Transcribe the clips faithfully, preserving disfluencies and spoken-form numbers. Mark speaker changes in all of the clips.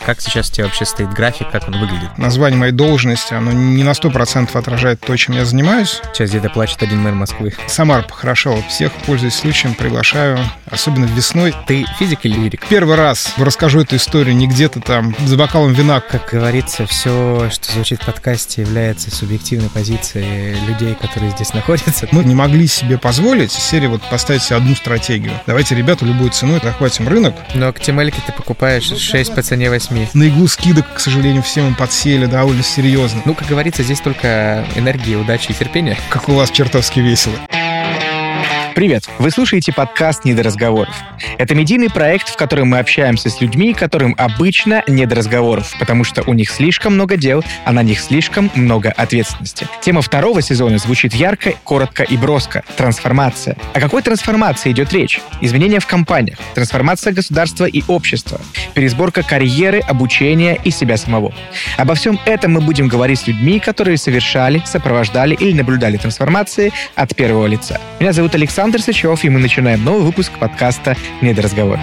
Speaker 1: Как сейчас у тебя вообще стоит график, как он выглядит?
Speaker 2: Название моей должности, оно не на сто процентов отражает то, чем я занимаюсь.
Speaker 1: Сейчас где-то плачет один мэр Москвы.
Speaker 2: Самар похорошел. Всех, пользуясь случаем, приглашаю, особенно весной.
Speaker 1: Ты физик или лирик?
Speaker 2: Первый раз расскажу эту историю не где-то там за бокалом вина.
Speaker 1: Как говорится, все, что звучит в подкасте, является субъективной позицией людей, которые здесь находятся.
Speaker 2: Мы не могли себе позволить из серии вот поставить себе одну стратегию. Давайте, ребята, любой ценой захватим рынок.
Speaker 1: Но к Тимельке ты покупаешь шесть по цене восьми.
Speaker 2: На иглу скидок, к сожалению, всем им подсели довольно серьезно.
Speaker 1: Ну, как говорится, здесь только энергия, удача и терпение.
Speaker 2: Как у вас чертовски весело.
Speaker 3: Привет! Вы слушаете подкаст «Не до разговоров». Это медийный проект, в котором мы общаемся с людьми, которым обычно не до разговоров, потому что у них слишком много дел, а на них слишком много ответственности. Тема второго сезона звучит ярко, коротко и броско. Трансформация. О какой трансформации идет речь? Изменения в компаниях, трансформация государства и общества, пересборка карьеры, обучения и себя самого. Обо всем этом мы будем говорить с людьми, которые совершали, сопровождали или наблюдали трансформации от первого лица. Меня зовут Александр Александр Сычев, и мы начинаем новый выпуск подкаста «Не до разговоров».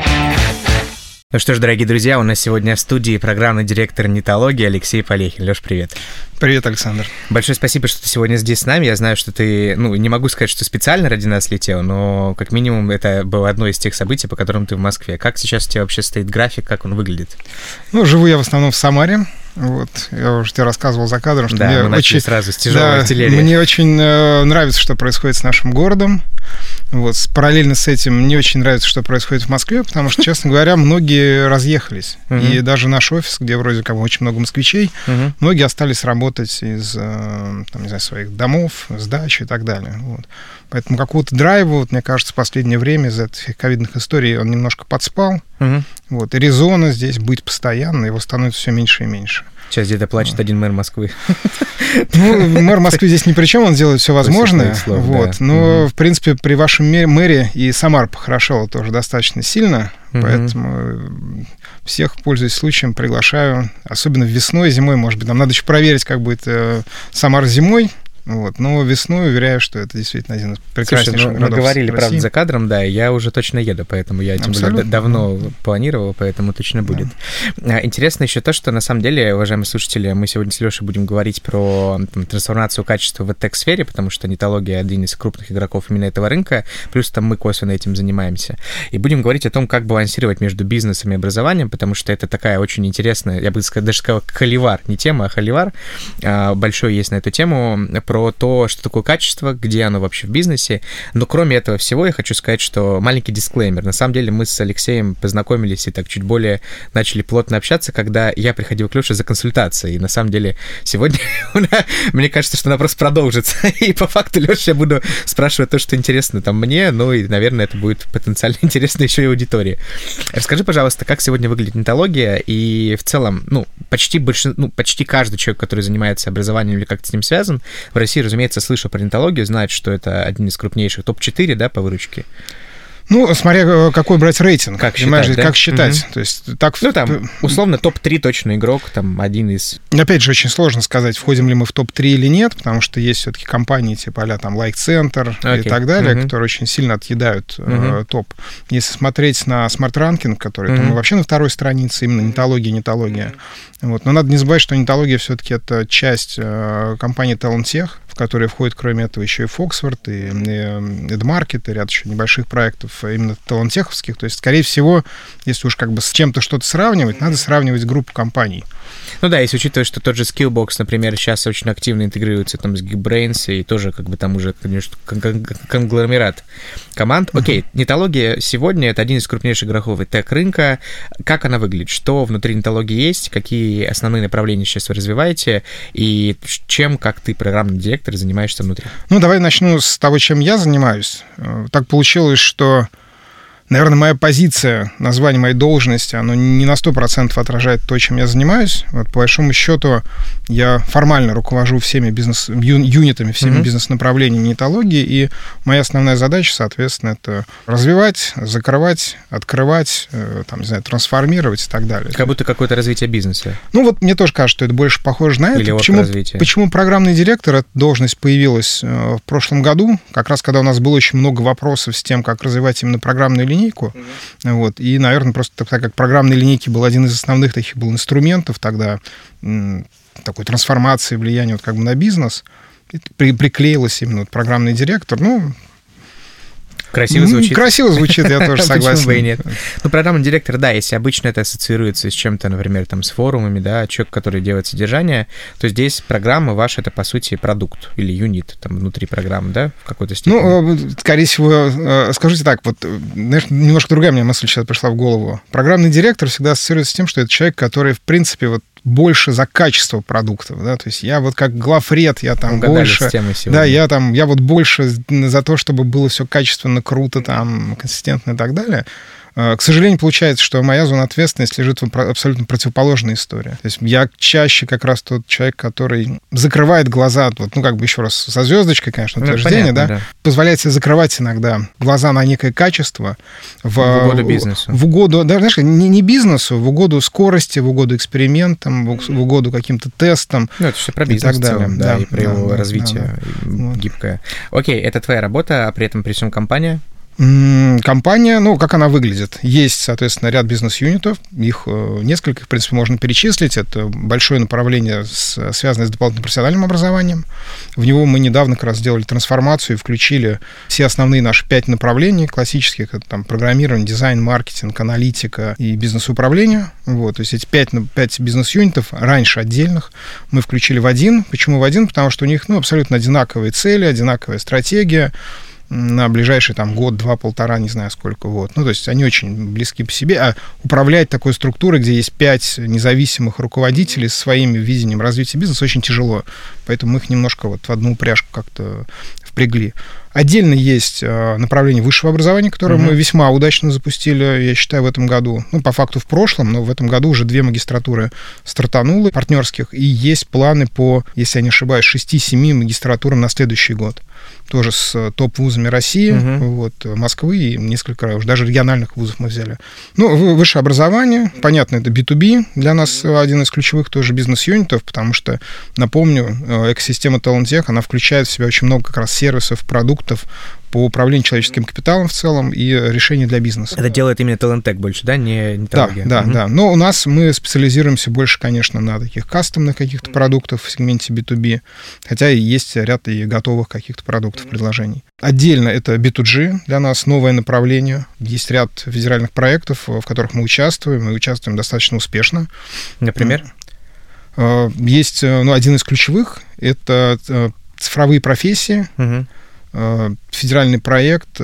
Speaker 1: Ну что ж, дорогие друзья, у нас сегодня в студии программный директор нетологии Алексей Полехин. Лёш, привет.
Speaker 2: Привет, Александр.
Speaker 1: Большое спасибо, что ты сегодня здесь с нами. Я знаю, что ты, ну, не могу сказать, что специально ради нас летел, но как минимум это было одно из тех событий, по которым ты в Москве. Как сейчас у тебя вообще стоит график, как он выглядит?
Speaker 2: Ну, живу я в основном в Самаре. Вот, я уже тебе рассказывал за кадром, что
Speaker 1: да,
Speaker 2: мне
Speaker 1: мы начали
Speaker 2: очень,
Speaker 1: сразу с тяжелой
Speaker 2: да,
Speaker 1: артиллерии.
Speaker 2: Мне очень э, нравится, что происходит с нашим городом. Вот, параллельно с этим не очень нравится, что происходит в Москве, потому что, честно говоря, многие разъехались. И даже наш офис, где вроде как очень много москвичей, многие остались работать из, там, не знаю, своих домов, с дач и так далее. Вот. Поэтому какого-то драйва, вот, мне кажется, в последнее время из этих ковидных историй он немножко подспал. Uh-huh. Вот, и резона здесь быть постоянно, его становится все меньше и меньше.
Speaker 1: Сейчас где-то плачет один мэр Москвы.
Speaker 2: Ну, мэр Москвы здесь ни при чем, он делает все возможное. Слов, вот. Да. Но, угу. в принципе, при вашем мэре и Самар похорошел тоже достаточно сильно. Угу. Поэтому всех, пользуясь случаем, приглашаю. Особенно весной, зимой, может быть. Нам надо еще проверить, как будет Самар зимой. Вот. Но весной уверяю, что это действительно один из прекраснейших
Speaker 1: Слушай, ну,
Speaker 2: городов
Speaker 1: мы говорили,
Speaker 2: России.
Speaker 1: Правда, за кадром, да, я уже точно еду, поэтому я тем более давно планировал, поэтому точно будет. Да. Интересно еще то, что на самом деле, уважаемые слушатели, мы сегодня с Лешей будем говорить про там, трансформацию качества в эдтек-сфере, потому что нетология один из крупных игроков именно этого рынка, плюс там мы косвенно этим занимаемся. И будем говорить о том, как балансировать между бизнесом и образованием, потому что это такая очень интересная, я бы даже сказал, холивар, не тема, а холивар. Большой есть на эту тему, про то, что такое качество, где оно вообще в бизнесе. Но кроме этого всего, я хочу сказать, что маленький дисклеймер. На самом деле мы с Алексеем познакомились и так чуть более начали плотно общаться, когда я приходил к Лёше за консультацией. И на самом деле сегодня мне кажется, что она просто продолжится. И по факту, Лёша, я буду спрашивать то, что интересно там мне, ну и, наверное, это будет потенциально интересно еще и аудитории. Расскажи, пожалуйста, как сегодня выглядит нетология и в целом, ну, почти больше, ну, почти каждый человек, который занимается образованием или как-то с ним связан, в России, разумеется, слышал про нетологию, знает, что это один из крупнейших, топ четыре, да, по выручке?
Speaker 2: Ну, смотря какой брать рейтинг.
Speaker 1: Как считать, да?
Speaker 2: Как считать.
Speaker 1: Угу.
Speaker 2: То есть, так...
Speaker 1: Ну, там, условно, топ три точно игрок, там, один из...
Speaker 2: Опять же, очень сложно сказать, входим ли мы в топ три или нет, потому что есть все-таки компании типа а-ля там Like-центр okay. и так далее, угу. которые очень сильно отъедают угу. э, топ. Если смотреть на Smart Ranking, который угу. там вообще на второй странице, именно нетология, нетология. Вот. Но надо не забывать, что нетология все-таки это часть э, компании Talent Tech, в которые входит, кроме этого, еще и Foxword, и, и EdMarket, и ряд еще небольших проектов именно талантеховских. То есть, скорее всего, если уж как бы с чем-то что-то сравнивать, надо сравнивать группу компаний.
Speaker 1: Ну да, если учитывать, что тот же Skillbox, например, сейчас очень активно интегрируется там с Geekbrains, и тоже как бы там уже, конечно, конгломерат команд. Uh-huh. Окей, нетология сегодня — это один из крупнейших игроков эдтек-рынка. Как она выглядит? Что внутри нетологии есть? Какие основные направления сейчас вы развиваете? И чем, как ты, программный директор, занимаешься внутри?
Speaker 2: Ну, давай начну с того, чем я занимаюсь. Так получилось, что наверное, моя позиция, название моей должности, оно не на сто процентов отражает то, чем я занимаюсь. Вот, по большому счету, я формально руковожу всеми бизнес-юнитами, всеми mm-hmm. бизнес-направлениями нетологии, и моя основная задача, соответственно, это развивать, закрывать, открывать, там, не знаю, трансформировать и так далее.
Speaker 1: Как будто какое-то развитие бизнеса.
Speaker 2: Ну, вот мне тоже кажется, что это больше похоже на это.
Speaker 1: Или
Speaker 2: почему, почему программный директор, эта должность появилась в прошлом году, как раз когда у нас было очень много вопросов с тем, как развивать именно программную линейку. линейку. Mm-hmm. Вот. И, наверное, просто так как программные линейки был один из основных таких был инструментов тогда м, такой трансформации, влияния вот как бы на бизнес, при, приклеилась именно вот программный директор. Ну,
Speaker 1: Красиво звучит.
Speaker 2: Красиво звучит, я тоже согласен.
Speaker 1: Почему бы и нет? Ну, программный директор, да, если обычно это ассоциируется с чем-то, например, там, с форумами, да, человек, который делает содержание, то здесь программа ваша — это, по сути, продукт или юнит там внутри программы, да, в какой-то степени?
Speaker 2: Ну, скорее всего, скажите так, вот, знаешь, немножко другая мне мысль сейчас пришла в голову. Программный директор всегда ассоциируется с тем, что это человек, который, в принципе, вот, больше за качество продуктов, да, то есть я вот как главред, я там
Speaker 1: Угадали
Speaker 2: больше, да, я там, я вот больше за то, чтобы было все качественно, круто, там, консистентно и так далее. К сожалению, получается, что моя зона ответственности лежит в абсолютно противоположной истории. То есть я чаще как раз тот человек, который закрывает глаза, вот, ну, как бы еще раз, со звездочкой, конечно, утверждение, ну, понятно, да, да, позволяет себе закрывать иногда глаза на некое качество в,
Speaker 1: в угоду бизнесу.
Speaker 2: В угоду, да, знаешь, не, не бизнесу, в угоду скорости, в угоду экспериментам, в, в угоду каким-то тестам.
Speaker 1: Ну, это все про бизнес и так далее, в целом, да, да, и про да, его да, развитие да, да. гибкое. Окей, это твоя работа, а при этом при всем компания?
Speaker 2: Компания, ну, как она выглядит? Есть, соответственно, ряд бизнес-юнитов, их несколько, в принципе, можно перечислить. Это большое направление, связанное с дополнительным профессиональным образованием. В него мы недавно как раз сделали трансформацию и включили все основные наши пять направлений классических. Это там программирование, дизайн, маркетинг, аналитика и бизнес-управление. Вот, то есть эти пять, пять бизнес-юнитов, раньше отдельных, мы включили в один. Почему в один? Потому что у них, ну, абсолютно одинаковые цели, одинаковая стратегия на ближайший там год, два, полтора, не знаю сколько, вот. Ну, то есть они очень близки по себе, а управлять такой структурой, где есть пять независимых руководителей со своим видением развития бизнеса, очень тяжело, поэтому мы их немножко вот в одну упряжку как-то впрягли. Отдельно есть направление высшего образования, которое uh-huh. мы весьма удачно запустили, я считаю, в этом году. Ну, по факту в прошлом, но в этом году уже две магистратуры стартануло, партнерских, и есть планы по, если я не ошибаюсь, шести-семи магистратурам на следующий год. Тоже с топ-вузами России, uh-huh. вот, Москвы и несколько уже даже региональных вузов мы взяли. Ну, высшее образование, понятно, это би ту би, для нас один из ключевых тоже бизнес-юнитов, потому что, напомню, экосистема Talentech, она включает в себя очень много как раз сервисов, продуктов по управлению человеческим капиталом в целом и решений для бизнеса.
Speaker 1: Это делает именно Talentech больше, да, не, не
Speaker 2: Да,
Speaker 1: Talentech.
Speaker 2: да,
Speaker 1: угу.
Speaker 2: да. Но у нас мы специализируемся больше, конечно, на таких кастомных каких-то продуктах в сегменте би ту би, хотя и есть ряд и готовых каких-то продуктов, предложений. Отдельно это би ту джи для нас, новое направление. Есть ряд федеральных проектов, в которых мы участвуем, и участвуем достаточно успешно.
Speaker 1: Например?
Speaker 2: Есть, ну, один из ключевых, это цифровые профессии, угу. Федеральный проект.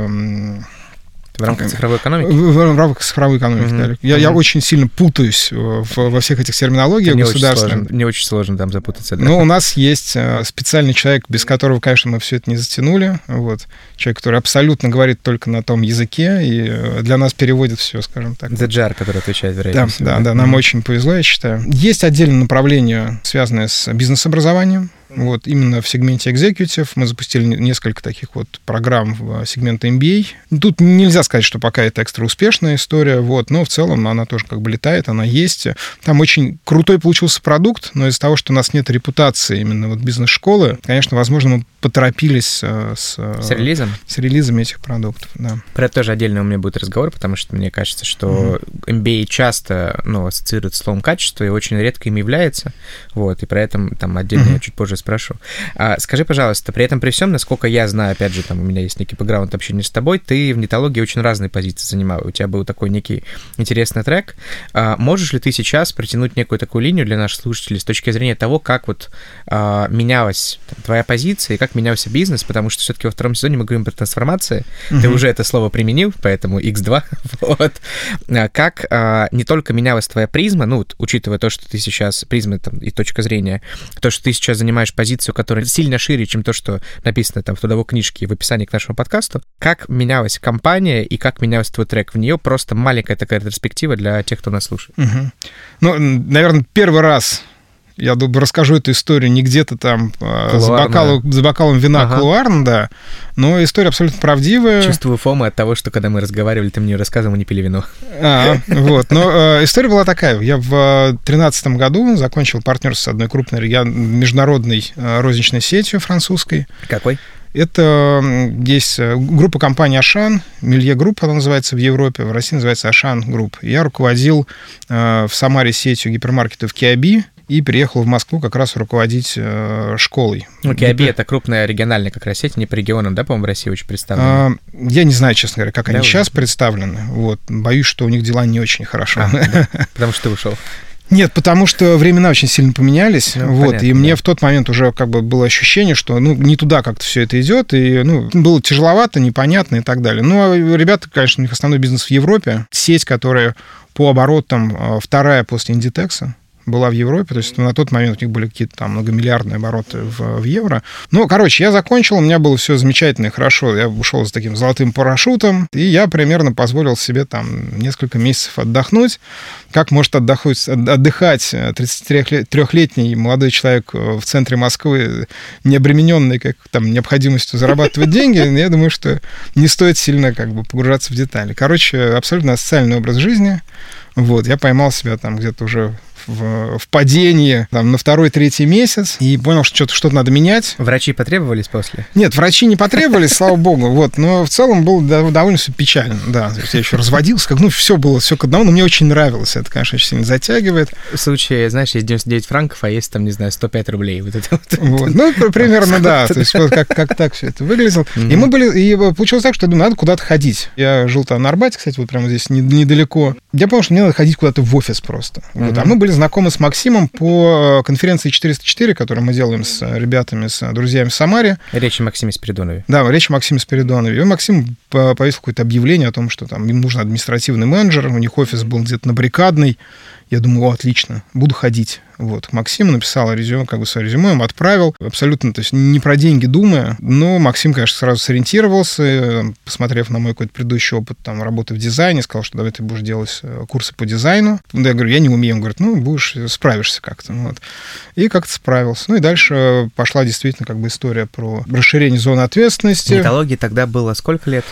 Speaker 1: В рамках цифровой экономики?
Speaker 2: В, в, в рамках цифровой экономики, uh-huh. да. Я, uh-huh. я очень сильно путаюсь в, во всех этих терминологиях государственных.
Speaker 1: Не очень сложно там запутаться. Да?
Speaker 2: Но у нас есть специальный человек, без которого, конечно, мы все это не затянули. Вот. Человек, который абсолютно говорит только на том языке, и для нас переводит все, скажем так.
Speaker 1: The Jar, который отвечает, вероятно.
Speaker 2: Да, да, да, нам uh-huh. очень повезло, я считаю. Есть отдельное направление, связанное с бизнес-образованием. Вот, именно в сегменте Executive мы запустили несколько таких вот программ в сегменте эм би эй. Тут нельзя сказать, что пока это экстра успешная история, вот, но в целом она тоже как бы летает, она есть. Там очень крутой получился продукт, но из-за того, что у нас нет репутации именно вот бизнес-школы, конечно, возможно, мы поторопились с,
Speaker 1: с релизом?
Speaker 2: С релизами этих продуктов, да.
Speaker 1: Про это тоже отдельно у меня будет разговор, потому что мне кажется, что mm-hmm. эм би эй часто, ну, ассоциирует с словом качество и очень редко им является, вот, и про это там отдельно mm-hmm. я чуть позже спрошу. А, скажи, пожалуйста, при этом при всем, насколько я знаю, опять же, там у меня есть некий бэкграунд общения с тобой, ты в нетологии очень разные позиции занимал, у тебя был такой некий интересный трек. А, можешь ли ты сейчас протянуть некую такую линию для наших слушателей с точки зрения того, как вот а, менялась там, твоя позиция и как менялся бизнес, потому что все-таки во втором сезоне мы говорим про трансформации, mm-hmm. ты уже это слово применил, поэтому икс два, вот. А, как а, не только менялась твоя призма, ну, вот, учитывая то, что ты сейчас, призма там, и точка зрения, то, что ты сейчас занимаешь позицию, которая сильно шире, чем то, что написано там в трудовой книжке и в описании к нашему подкасту. Как менялась компания и как менялся твой трек в нее? Просто маленькая такая ретроспектива для тех, кто нас слушает.
Speaker 2: Угу. Ну, наверное, первый раз я думаю, расскажу эту историю не где-то там за, бокалу, за бокалом вина ага. кулуарно, да, но история абсолютно правдивая.
Speaker 1: Чувствую фому от того, что когда мы разговаривали, ты мне рассказывал, мы не пили вино.
Speaker 2: А, вот, но э, история была такая. Я в тринадцатом году закончил партнерство с одной крупной международной э, розничной сетью французской.
Speaker 1: Какой?
Speaker 2: Это есть группа компаний Ашан, Милье Групп она называется в Европе, в России называется Ашан Групп. Я руководил в Самаре сетью гипермаркетов Киаби и приехал в Москву как раз руководить школой.
Speaker 1: Ну, Киаби — это крупная региональная как раз сеть, не по регионам, да, по-моему, в России очень представлена?
Speaker 2: Я не знаю, честно говоря, как
Speaker 1: да,
Speaker 2: они
Speaker 1: уже?
Speaker 2: сейчас представлены. Вот. Боюсь, что у них дела не очень хорошо.
Speaker 1: А, да, потому что ты ушел.
Speaker 2: Нет, потому что времена очень сильно поменялись, ну, вот, понятно, и мне да. в тот момент уже как бы было ощущение, что ну, не туда как-то все это идет, и ну, было тяжеловато, непонятно и так далее. Ну, а ребята, конечно, у них основной бизнес в Европе, сеть, которая по оборотам вторая после Индитекса, была в Европе, то есть на тот момент у них были какие-то там многомиллиардные обороты в, в евро. Ну, короче, я закончил, у меня было все замечательно и хорошо, я ушел с таким золотым парашютом, и я примерно позволил себе там несколько месяцев отдохнуть. Как может отдохнуть, отдыхать тридцатитрёхлетний молодой человек в центре Москвы, не обремененный как, там, необходимостью зарабатывать деньги, я думаю, что не стоит сильно как бы погружаться в детали. Короче, абсолютно асоциальный образ жизни. Вот, я поймал себя там где-то уже в, в падении там, на второй-третий месяц и понял, что что-то, что-то надо менять.
Speaker 1: Врачи потребовались после?
Speaker 2: Нет, врачи не потребовались, слава богу, вот, но в целом было довольно все печально, да. Я еще разводился, как, ну, все было, все к одному, но мне очень нравилось, это, конечно, очень сильно затягивает.
Speaker 1: В случае, знаешь, есть девяносто девять франков, а есть там, не знаю, сто пять рублей. Вот это вот.
Speaker 2: Вот. Ну, примерно, да, то есть вот как, как так все это выглядело. И мы были, и получилось так, что я думаю, надо куда-то ходить. Я жил там на Арбате, кстати, вот прямо здесь недалеко. Я понял, что мне надо ходить куда-то в офис просто. Вот. А мы были знакомы с Максимом по конференции четыреста четыре, которую мы делаем с ребятами, с друзьями в Самаре.
Speaker 1: Речь о Максиме Спиридонове.
Speaker 2: Да, речь о Максиме Спиридонове. И Максим повесил какое-то объявление о том, что там им нужен административный менеджер, у них офис был где-то на Баррикадной. Я думаю, о, отлично, буду ходить. Вот. Максим написал резюме, как бы свое резюме, ему отправил, абсолютно, то есть не про деньги думая, но Максим, конечно, сразу сориентировался, посмотрев на мой какой-то предыдущий опыт там, работы в дизайне, сказал, что давай ты будешь делать курсы по дизайну. Я говорю, я не умею. Он говорит, ну, будешь, справишься как-то. Вот. И как-то справился. Ну и дальше пошла действительно как бы история про расширение зоны ответственности.
Speaker 1: Нетологии тогда было сколько лет?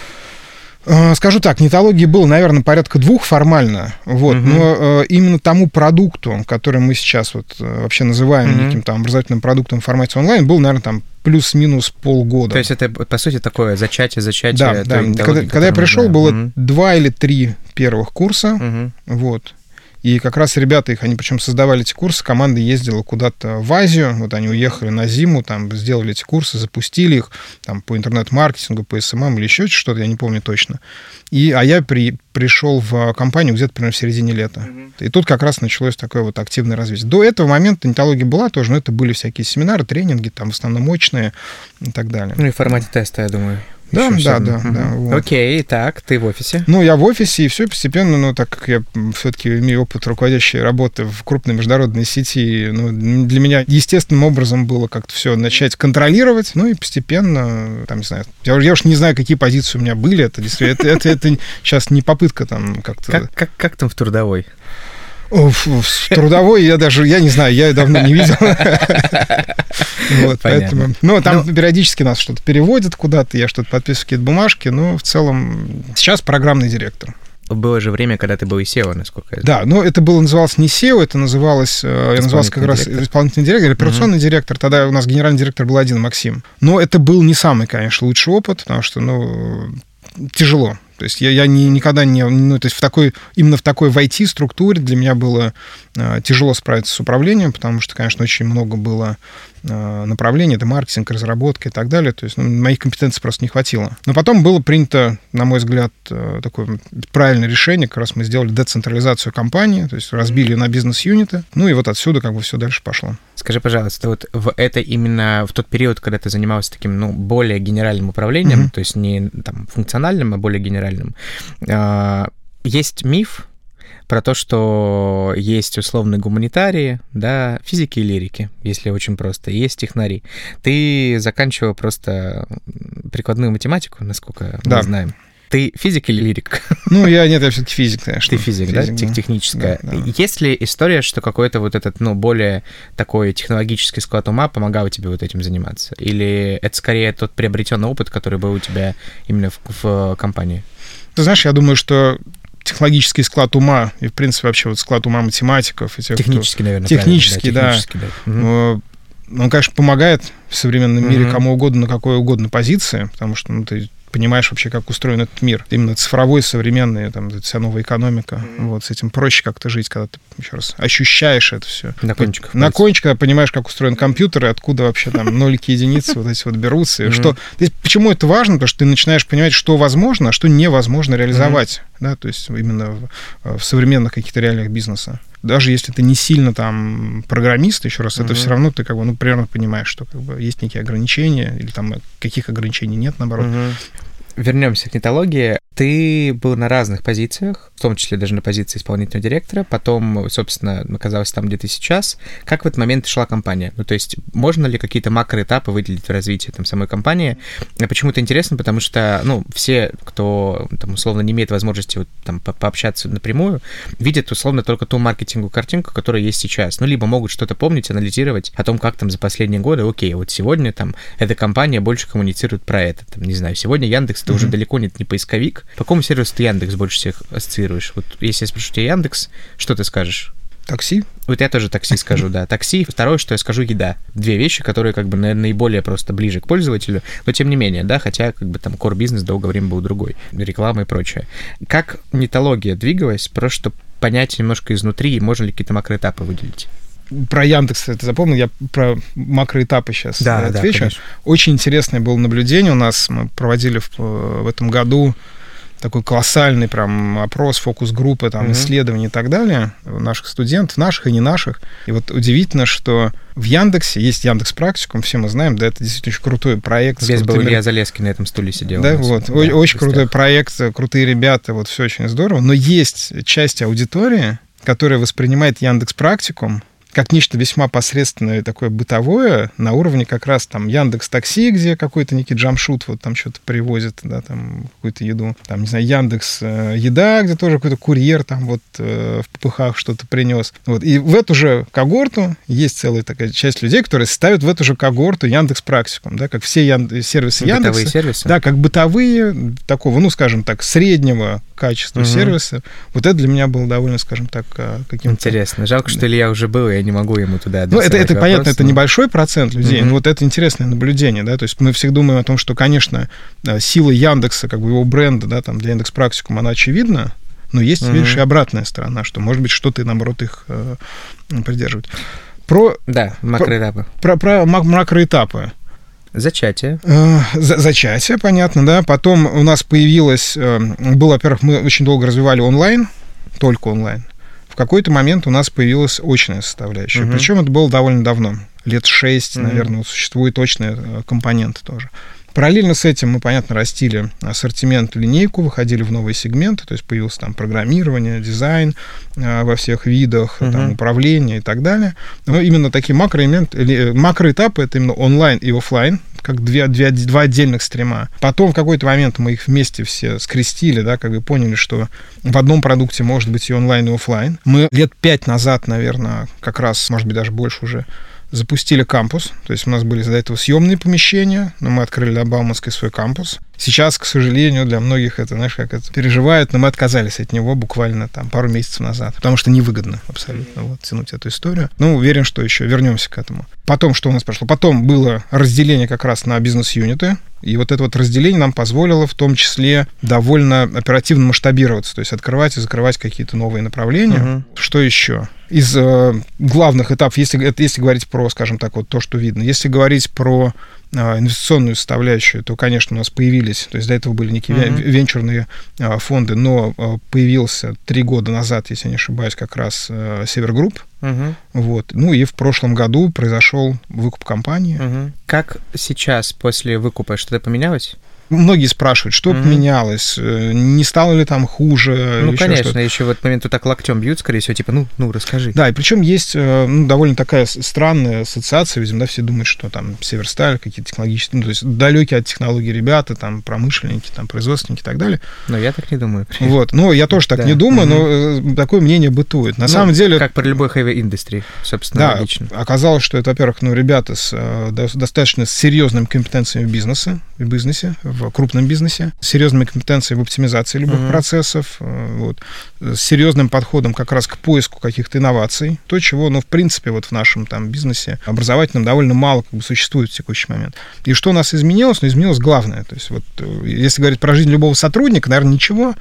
Speaker 2: Скажу так, нетологии было, наверное, порядка двух формально, вот, угу. но э, именно тому продукту, который мы сейчас вот вообще называем угу. неким там образовательным продуктом в формате онлайн, был, наверное, там плюс-минус полгода.
Speaker 1: То есть это, по сути, такое зачатие, зачатие.
Speaker 2: Да, да. Когда, когда я пришел, было угу. два или три первых курса, угу. вот. И как раз ребята их, они причем создавали эти курсы, команда ездила куда-то в Азию, вот они уехали на зиму, там сделали эти курсы, запустили их там, по интернет-маркетингу, по эс эм эм или еще что-то, я не помню точно. И, а я при, пришел в компанию где-то примерно в середине лета. Mm-hmm. И тут как раз началось такое вот активное развитие. До этого момента нетология была тоже, но это были всякие семинары, тренинги, там в основном очные и так далее.
Speaker 1: Ну и в формате теста, я думаю.
Speaker 2: Да, да, да, угу. да. Вот.
Speaker 1: Окей, так, ты в офисе?
Speaker 2: Ну, я в офисе, и все постепенно, ну, так как я все-таки имею опыт руководящей работы в крупной международной сети, ну, для меня естественным образом было как-то все начать контролировать, ну, и постепенно, там, не знаю, я, я уж не знаю, какие позиции у меня были, это действительно, это, это, это сейчас не попытка там как-то...
Speaker 1: Как, как, как там в трудовой?
Speaker 2: Уф, трудовой я даже, я не знаю, я давно не видел. Вот, поэтому, ну, там но... периодически нас что-то переводят куда-то, я что-то подписываю, какие-то бумажки, но в целом сейчас программный директор.
Speaker 1: Было же время, когда ты был и сео, насколько я
Speaker 2: знаю. Да, но это было, называлось не сео, это называлось, я назывался как раз исполнительный директор, операционный угу. директор, тогда у нас генеральный директор был один, Максим. Но это был не самый, конечно, лучший опыт, потому что, ну, тяжело. То есть я, я не, никогда не... Ну, то есть в такой, именно в такой в ай ти-структуре для меня было э, тяжело справиться с управлением, потому что, конечно, очень много было э, направлений, это маркетинг, разработка и так далее. То есть ну, моих компетенций просто не хватило. Но потом было принято, на мой взгляд, э, такое правильное решение. Как раз мы сделали децентрализацию компании, то есть разбили на бизнес-юниты. Ну и вот отсюда как бы все дальше пошло.
Speaker 1: Скажи, пожалуйста, вот в это именно в тот период, когда ты занимался таким, ну, более генеральным управлением, mm-hmm. то есть не там функциональным, а более генеральным, э, есть миф про то, что есть условные гуманитарии, да, физики и лирики, если очень просто, и есть технари. Ты заканчивал просто прикладную математику, насколько да. мы знаем. Ты физик или лирик?
Speaker 2: Ну, я нет, я все-таки физик, конечно.
Speaker 1: Ты физик, физик да? да? Техническая. Да, да. Есть ли история, что какой-то вот этот, ну, более такой технологический склад ума помогал тебе вот этим заниматься? Или это скорее тот приобретенный опыт, который был у тебя именно в, в компании?
Speaker 2: Ты знаешь, я думаю, что технологический склад ума и, в принципе, вообще вот склад ума математиков... И тех,
Speaker 1: технический,
Speaker 2: кто...
Speaker 1: наверное.
Speaker 2: Технический, да.
Speaker 1: Технический, да. Угу.
Speaker 2: Он, конечно, помогает в современном mm-hmm. мире кому угодно на какой угодно позиции, потому что ну, ты понимаешь вообще, как устроен этот мир. Именно цифровой, современный, там, вся новая экономика. Mm-hmm. Вот, с этим проще как-то жить, когда ты, еще раз, ощущаешь это все.
Speaker 1: На кончиках.
Speaker 2: На кончиках, понимаешь, как устроен компьютер, и откуда вообще там нолики, единицы вот эти вот берутся. И что... Почему это важно? Потому что ты начинаешь понимать, что возможно, а что невозможно реализовать. Да, то есть именно в, в современных каких-то реалиях бизнеса. Даже если ты не сильно там программист, еще раз, uh-huh. это все равно ты как бы, ну, примерно понимаешь, что как бы есть некие ограничения, или там каких ограничений нет, наоборот.
Speaker 1: Uh-huh. Вернемся к нетологии. Ты был на разных позициях, в том числе даже на позиции исполнительного директора, потом, собственно, оказался там, где ты сейчас. Как в этот момент шла компания? Ну, то есть можно ли какие-то макроэтапы выделить в развитии там, самой компании? Почему это интересно? Потому что, ну, все, кто, там, условно, не имеет возможности вот, там, по- пообщаться напрямую, видят, условно, только ту маркетинговую картинку, которая есть сейчас. Ну, либо могут что-то помнить, анализировать о том, как там за последние годы, окей, вот сегодня там эта компания больше коммуницирует про это. Там, не знаю, сегодня Яндекс — это mm-hmm. уже далеко не, не поисковик. По какому сервису ты Яндекс больше всех ассоциируешь? Вот если я спрошу тебя Яндекс, что ты скажешь?
Speaker 2: Такси?
Speaker 1: Вот я тоже такси скажу, да. Такси. Второе, что я скажу, еда. Две вещи, которые как бы наиболее просто ближе к пользователю, но тем не менее, да, хотя как бы там core-бизнес долгое время был другой, реклама и прочее. Как нетология двигалась, просто чтобы понять немножко изнутри, можно ли какие-то макроэтапы выделить?
Speaker 2: Про Яндекс ты запомнил, я про макроэтапы сейчас
Speaker 1: да,
Speaker 2: отвечу.
Speaker 1: Да,
Speaker 2: очень интересное было наблюдение у нас, мы проводили в, в этом году такой колоссальный прям опрос, фокус-группы, там, mm-hmm. исследования и так далее наших студентов, наших и не наших. И вот удивительно, что в Яндексе есть Яндекс.Практикум, все мы знаем, да, это действительно очень крутой проект.
Speaker 1: Здесь был Илья Залеский на этом стуле сидел.
Speaker 2: Да, вот, да, очень крутой проект, крутые ребята, вот все очень здорово. Но есть часть аудитории, которая воспринимает Яндекс.Практикум как нечто весьма посредственное такое бытовое на уровне как раз там Яндекс.Такси, где какой-то некий джамшут вот там что-то привозит, да, там какую-то еду. Там, не знаю, Яндекс.Еда, где тоже какой-то курьер там вот э, в попыхах что-то принес. Вот. И в эту же когорту есть целая такая часть людей, которые ставят в эту же когорту Яндекс.Практикум, да, как все Янд... сервисы Яндекса.
Speaker 1: Бытовые сервисы?
Speaker 2: Да, как бытовые, такого, ну, скажем так, среднего качества угу. сервиса. Вот это для меня было довольно, скажем так, каким-то...
Speaker 1: Интересно. Жалко, что Илья уже был, и я не могу ему туда
Speaker 2: Ну, это, это
Speaker 1: вопрос,
Speaker 2: понятно,
Speaker 1: но...
Speaker 2: это небольшой процент людей, mm-hmm. но вот это интересное наблюдение, да, то есть мы всегда думаем о том, что, конечно, сила Яндекса, как бы его бренда, да, там, для Яндекс.Практикума, она очевидна, но есть, mm-hmm. видишь, и обратная сторона, что, может быть, что-то, наоборот, их э, придерживает. Про...
Speaker 1: Да, макроэтапы.
Speaker 2: Про, про, про макроэтапы.
Speaker 1: Зачатие.
Speaker 2: Зачатие, понятно, да. Потом у нас появилось... Было, во-первых, мы очень долго развивали онлайн, только онлайн. В какой-то момент у нас появилась очная составляющая. Uh-huh. Причем это было довольно давно. Лет шесть, uh-huh. наверное, существует очные компоненты тоже. Параллельно с этим мы, понятно, растили ассортимент, линейку, выходили в новые сегменты, то есть появилось там программирование, дизайн э, во всех видах, uh-huh. там, управление и так далее. Но именно такие макроэтапы, макроэтапы, это именно онлайн и офлайн, как две, две, два отдельных стрима. Потом в какой-то момент мы их вместе все скрестили, да, как бы поняли, что в одном продукте может быть и онлайн, и офлайн. Мы лет пять назад, наверное, как раз, может быть, даже больше уже, запустили кампус, то есть у нас были до этого съемные помещения, но мы открыли на Бауманской свой кампус. Сейчас, к сожалению, для многих это, знаешь, как это переживают, но мы отказались от него буквально там пару месяцев назад, потому что невыгодно абсолютно вот, тянуть эту историю. Ну, уверен, что еще вернемся к этому. Потом, что у нас прошло? Потом было разделение как раз на бизнес-юниты, и вот это вот разделение нам позволило в том числе довольно оперативно масштабироваться, то есть открывать и закрывать какие-то новые направления. Uh-huh. Что еще? Из э, главных этапов, если, если говорить про, скажем так, вот то, что видно, если говорить про э, инвестиционную составляющую, то, конечно, у нас появились, то есть до этого были некие uh-huh. венчурные э, фонды, но э, появился три года назад, если я не ошибаюсь, как раз э, Севергрупп. Uh-huh. Вот. Ну и в прошлом году произошел выкуп компании.
Speaker 1: Uh-huh. Как сейчас после выкупа что-то поменялось?
Speaker 2: Многие спрашивают, что mm-hmm. поменялось, не стало ли там хуже.
Speaker 1: Ну, конечно, что-то. Еще в этот момент вот так локтем бьют, скорее всего, типа, ну, ну расскажи.
Speaker 2: Да, и причем есть ну, довольно такая странная ассоциация, видимо, да, все думают, что там Северсталь, какие-то технологические, ну, то есть далекие от технологий ребята, там, промышленники, там, производственники и так далее.
Speaker 1: Но я так не думаю.
Speaker 2: Вот, ну, я тоже так да. не думаю, mm-hmm. но такое мнение бытует. На ну, самом деле...
Speaker 1: Как про любой heavy industry, собственно,
Speaker 2: да,
Speaker 1: логично.
Speaker 2: Оказалось, что это, во-первых, ну, ребята с достаточно серьезными компетенциями в бизнесе, в бизнесе, в в крупном бизнесе, с серьезными компетенциями в оптимизации любых mm-hmm. процессов, вот, с серьезным подходом как раз к поиску каких-то инноваций, то, чего, ну, в принципе, вот в нашем там бизнесе образовательном довольно мало как бы существует в текущий момент. И что у нас изменилось? Ну, изменилось главное. То есть вот если говорить про жизнь любого сотрудника, наверное, ничего,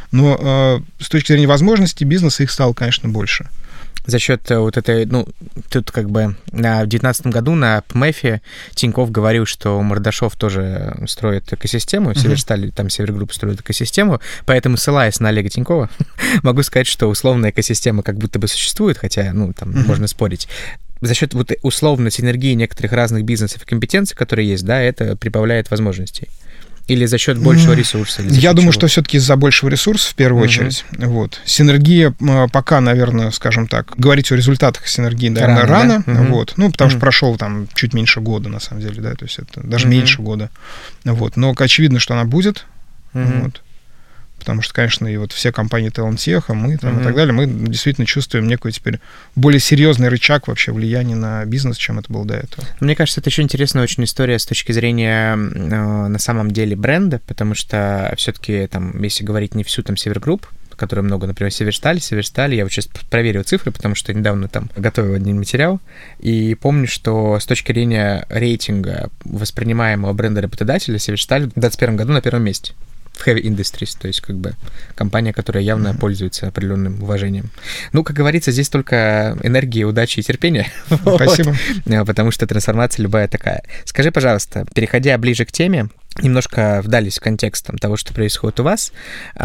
Speaker 2: но э, с точки зрения возможностей бизнеса их стало, конечно, больше.
Speaker 1: За счет вот этой, ну, тут как бы на девятнадцатом году на ПМЭФе Тинькофф говорил, что Мордашов тоже строит экосистему, uh-huh. Северсталь, там Севергрупп строит экосистему, поэтому, ссылаясь на Олега Тинькова, могу сказать, что условная экосистема как будто бы существует, хотя, ну, там uh-huh. можно спорить. За счет вот условно синергии некоторых разных бизнесов и компетенций, которые есть, да, это прибавляет возможностей. Или за счет большего ресурса? Или
Speaker 2: Я думаю, чего? Что все-таки из-за большего ресурса, в первую uh-huh. очередь. Вот. Синергия пока, наверное, скажем так, говорить о результатах синергии, наверное, рано. рано да? uh-huh. вот. Ну, потому uh-huh. что прошел там чуть меньше года, на самом деле, да, то есть это даже uh-huh. меньше года. Вот. Но очевидно, что она будет. Uh-huh. Вот. Потому что, конечно, и вот все компании Талантеха, мы там, uh-huh. и так далее, мы действительно чувствуем некий теперь более серьезный рычаг вообще влияния на бизнес, чем это было до этого.
Speaker 1: Мне кажется, это еще интересная очень история с точки зрения, э, на самом деле, бренда, потому что все-таки, там, если говорить не всю там Севергрупп, которая много, например, Северсталь, Северсталь, я вот сейчас проверил цифры, потому что недавно там готовил один материал, и помню, что с точки зрения рейтинга воспринимаемого бренда работодателя Северсталь в двадцать первом году на первом месте. В Heavy Industries, то есть как бы компания, которая явно mm-hmm. пользуется определенным уважением. Ну, как говорится, здесь только энергия, удачи и терпение.
Speaker 2: Спасибо.
Speaker 1: Вот. Потому что трансформация любая такая. Скажи, пожалуйста, переходя ближе к теме, немножко вдались в контекст там, того, что происходит у вас,